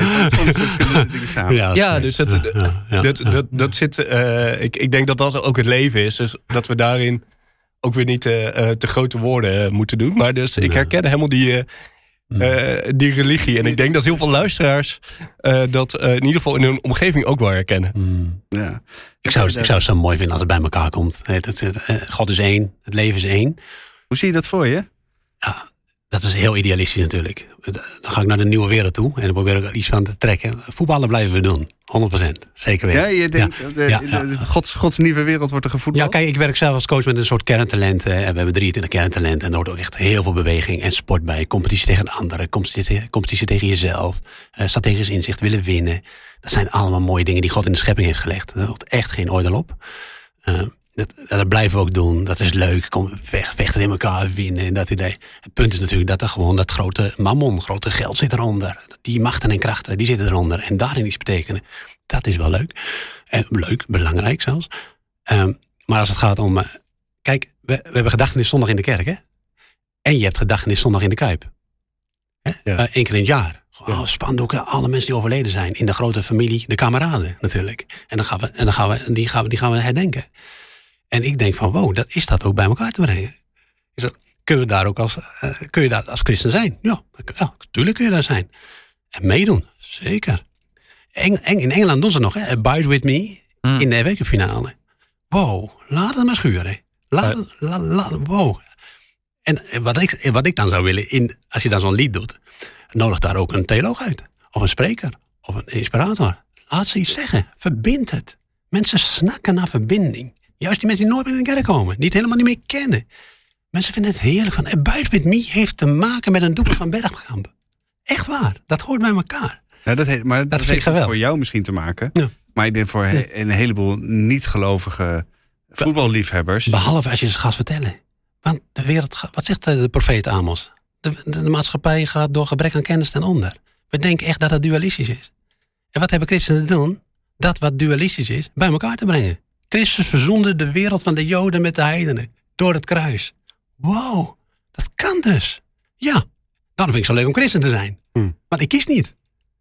Ja, ja, dus dat, ja, ja, dat, dat, dat zit... Uh, ik, ik denk dat dat ook het leven is. Dus dat we daarin ook weer niet uh, te grote woorden uh, moeten doen. Maar dus ik herken helemaal die, uh, uh, die religie. En ik denk dat heel veel luisteraars uh, dat uh, in ieder geval in hun omgeving ook wel herkennen. Mm. Ja. Ik, zou, ik zou het zo mooi vinden als het bij elkaar komt. Het, het, het, God is één, het leven is één. Hoe zie je dat voor je? Ja, dat is heel idealistisch natuurlijk. Dan ga ik naar de nieuwe wereld toe en dan probeer ik er iets van te trekken. Voetballen blijven we doen. honderd procent. Zeker weten. Ja, je denkt, ja, de, ja, ja. De, de, Gods, Gods nieuwe wereld wordt er gevoetbald? Ja, kijk, ik werk zelf als coach met een soort kerntalenten. We hebben drieëntwintig kerntalenten en er hoort ook echt heel veel beweging en sport bij. Competitie tegen anderen, competitie, competitie tegen jezelf, uh, strategisch inzicht, willen winnen. Dat zijn allemaal mooie dingen die God in de schepping heeft gelegd. Daar hoort echt geen oordeel op. Uh, Dat, dat blijven we ook doen. Dat is leuk. Kom, vechten in elkaar, winnen en dat idee. Het punt is natuurlijk dat er gewoon dat grote mammon, grote geld zit eronder. Die machten en krachten, die zitten eronder. En daarin iets betekenen. Dat is wel leuk. En leuk, belangrijk zelfs. Um, maar als het gaat om... Uh, kijk, we, we hebben gedachtenis zondag in de kerk, hè? En je hebt gedachtenis zondag in de Kuip. Hè? Ja. Uh, Eén keer in het jaar. Oh, spandoeken, alle mensen die overleden zijn. In de grote familie, de kameraden natuurlijk. En dan gaan we, en dan gaan we, die, gaan we, die gaan we herdenken. En ik denk van, wow, dat is dat ook bij elkaar te brengen. Is dat, kun je daar ook als, uh, kun je daar als christen zijn? Ja, ja, natuurlijk kun je daar zijn. En meedoen, zeker. Eng, Eng, in Engeland doen ze nog, hè? Abide with me mm. in de F A Cup finale. Wow, laat het maar schuren. Laat, uh. la, la, wow. En wat ik, wat ik dan zou willen, in, als je dan zo'n lied doet, nodig daar ook een theoloog uit. Of een spreker, of een inspirator. Laat ze iets zeggen, verbind het. Mensen snakken naar verbinding. Juist die mensen die nooit meer in de kerk komen. Die het helemaal niet meer kennen. Mensen vinden het heerlijk. Van Abide with me heeft te maken met een doel van Bergkamp. Echt waar. Dat hoort bij elkaar. Ja, dat heet, maar dat, dat heeft het voor jou misschien te maken. Ja. Maar ik denk voor he- een heleboel niet-gelovige voetballiefhebbers. Behalve als je ze gaat vertellen. Want de wereld, ga- wat zegt de profeet Amos? De, de, de maatschappij gaat door gebrek aan kennis ten onder. We denken echt dat het dualistisch is. En wat hebben christenen te doen? Dat wat dualistisch is, bij elkaar te brengen. Christus verzoende de wereld van de Joden met de heidenen. Door het kruis. Wow, dat kan dus. Ja, daarom vind ik het zo leuk om christen te zijn. Hmm. Want ik kies niet.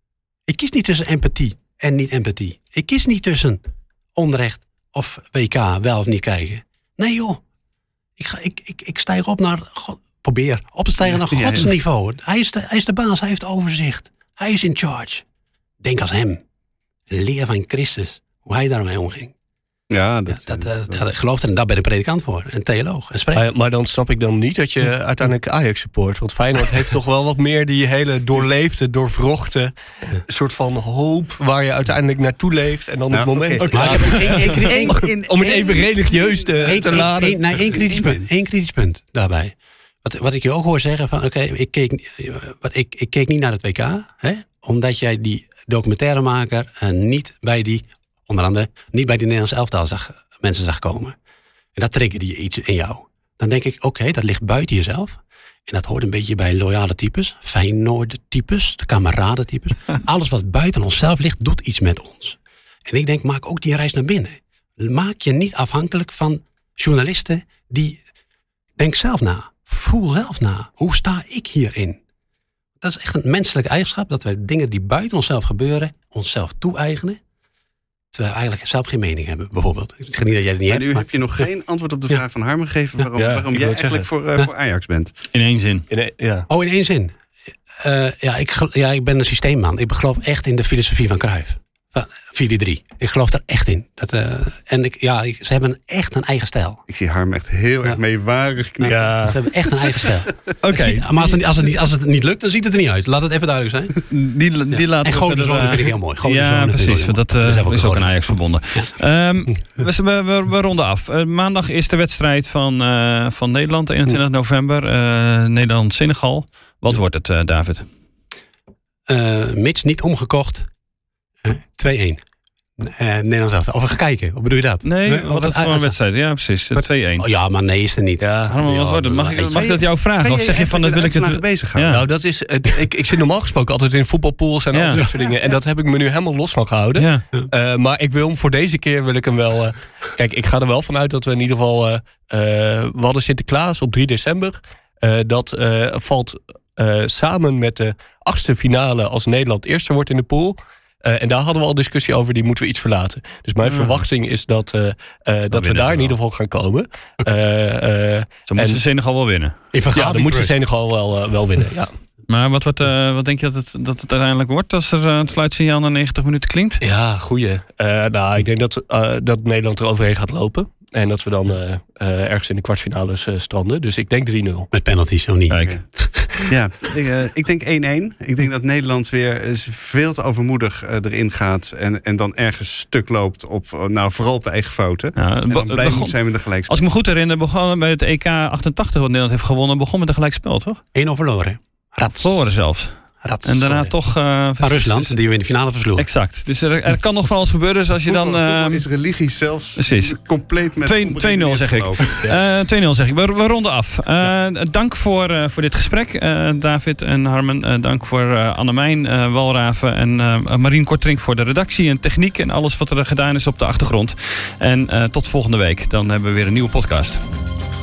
Ik kies niet tussen empathie en niet empathie. Ik kies niet tussen onrecht of W K, wel of niet kijken. Nee joh. Ik, ga, ik, ik, ik stijg op naar... God, probeer op te stijgen naar Ja, Gods ja. niveau. Hij is, de, hij is de baas, hij heeft overzicht. Hij is in charge. Denk als hem. Leer van Christus. Hoe hij daarmee omging. Ja, dat, Dat, dat, dat, dat, ik geloof er, daar ben ik predikant voor. En theoloog. En spreker. Maar, maar dan snap ik dan niet dat je uiteindelijk Ajax support. Want Feyenoord heeft toch wel wat meer die hele doorleefde, doorwrochte soort van hoop waar je uiteindelijk naartoe leeft. En dan Nou, het moment... oké. Maar ik heb één- één- één- één- in- om het even religieus te, Eén- te één- laden. één- nee, één kritisch punt. Één kritisch punt daarbij. Wat, wat ik je ook hoor zeggen van, oké, ik, keek, wat ik, ik keek niet naar het W K, hè, omdat jij die documentairemaker uh, niet bij die, onder andere, niet bij die Nederlands elftal zag, mensen zag komen. En dat triggerde je iets in jou. Dan denk ik, oké, okay, dat ligt buiten jezelf. En dat hoort een beetje bij loyale types, Feyenoord-types, de kameraden-types. Alles wat buiten onszelf ligt, doet iets met ons. En ik denk, maak ook die reis naar binnen. Maak je niet afhankelijk van journalisten die... Denk zelf na. Voel zelf na. Hoe sta ik hierin? Dat is echt een menselijke eigenschap, dat we dingen die buiten onszelf gebeuren, onszelf toe-eigenen. Terwijl we eigenlijk zelf geen mening hebben, bijvoorbeeld. Ik zeg niet dat jij het niet Maar hebt. nu maar- heb je nog geen antwoord op de Ja. vraag van Harmen gegeven waarom, Ja, waarom ik jij wou het eigenlijk voor, uh, Ja. voor Ajax bent. In één zin. Nee, ja. Oh, in één zin. Uh, ja, ik, gel- ja, ik ben een systeemman. Ik geloof echt in de filosofie van Cruijff. Van vier drie. Ik geloof daar echt in. Dat, uh, en ik, ja, ik, ze hebben echt een eigen stijl. Ik zie Harmen echt heel Ja. erg meewarig knippen. Ze hebben echt een eigen stijl. Oké, Ziet- Maar als het, als, het niet, als het niet lukt, dan ziet het er niet uit. Laat het even duidelijk zijn. die, die laten En we Goden verder, Zonen eh, vind ik heel mooi. Goden ja, Zonen vind ik precies. heel Dat mooi. uh, Dat is is ook ook aan een Ajax verbonden. Ehm, we, we, we, we ronden af. Uh, maandag is de wedstrijd van, uh, van Nederland, eenentwintig november. Uh, Nederland-Senegal. Wat wordt het, uh, David? Uh, Mitch niet omgekocht. Uh, twee één. Uh, Nederlands elftal. Of we gaan kijken. Wat bedoel je dat? Nee, Nee, wat wat- is voor een als- wedstrijd? Ja, precies. Uh, twee één. Oh, ja, maar nee is er niet. Ja. Harmen, wat Ja, wordt het? Mag ik, maar- mag ik dat jou vragen? Of zeg je van, dat wil ik het... bezig gaan? Ja. Nou, dat is het, ik, ik zit normaal gesproken altijd in voetbalpools en Ja. al dat soort dingen. En dat heb ik me nu helemaal los van gehouden. Ja. Uh, maar ik wil hem voor deze keer wil ik hem wel. Uh, kijk, ik ga er wel vanuit dat we in ieder geval. Uh, uh, we hadden Sinterklaas op drie december. Uh, dat uh, valt uh, samen met de achtste finale als Nederland eerste wordt in de pool. Uh, en daar hadden we al discussie over, die moeten we iets verlaten. Dus mijn Ja. verwachting is dat, uh, uh, dat we ze daar in wel. ieder geval gaan komen. Uh, uh, Zo moeten En- ze Senegal wel winnen. In Van ja, Gaal dan moeten ze terug. Senegal wel, uh, wel winnen. Ja. Maar wat, wordt, uh, wat denk je dat het, dat het uiteindelijk wordt als er uh, het fluitsignaal na negentig minuten klinkt? Ja, goeie. Uh, nou, ik denk dat, uh, dat Nederland er overheen gaat lopen. En dat we dan uh, uh, ergens in de kwartfinales uh, stranden. Dus ik denk drie nul. Met penalties, zo niet. Kijk. Ja, ik, uh, ik denk één één. Ik denk dat Nederland weer uh, veel te overmoedig uh, erin gaat. En, en dan ergens stuk loopt op, uh, nou vooral op de eigen fouten. Ja, En be- dan blij begon- moet zijn met de gelijkspel. als ik me goed herinner, begon bij het E K achtentachtig wat Nederland heeft gewonnen, begon met een gelijkspel, toch? één nul verloren. Rats. Verloren zelfs. Rats. En daarna Sorry. toch... Uh, Van Rusland, die we in de finale versloegen. Exact. Dus er, er kan nog van alles gebeuren. Dus als je dan... Voetbal, voetbal Uh, is religie zelfs precies. compleet met twee- twee nul zeg ik. geloof. Uh, twee nul zeg ik. We, we ronden af. Uh, dank voor, uh, voor dit gesprek, uh, David en Harmen. Uh, dank voor uh, Annemijn, uh, Walraven en uh, Marien Kortering voor de redactie en techniek en alles wat er gedaan is op de achtergrond. En uh, tot volgende week. Dan hebben we weer een nieuwe podcast.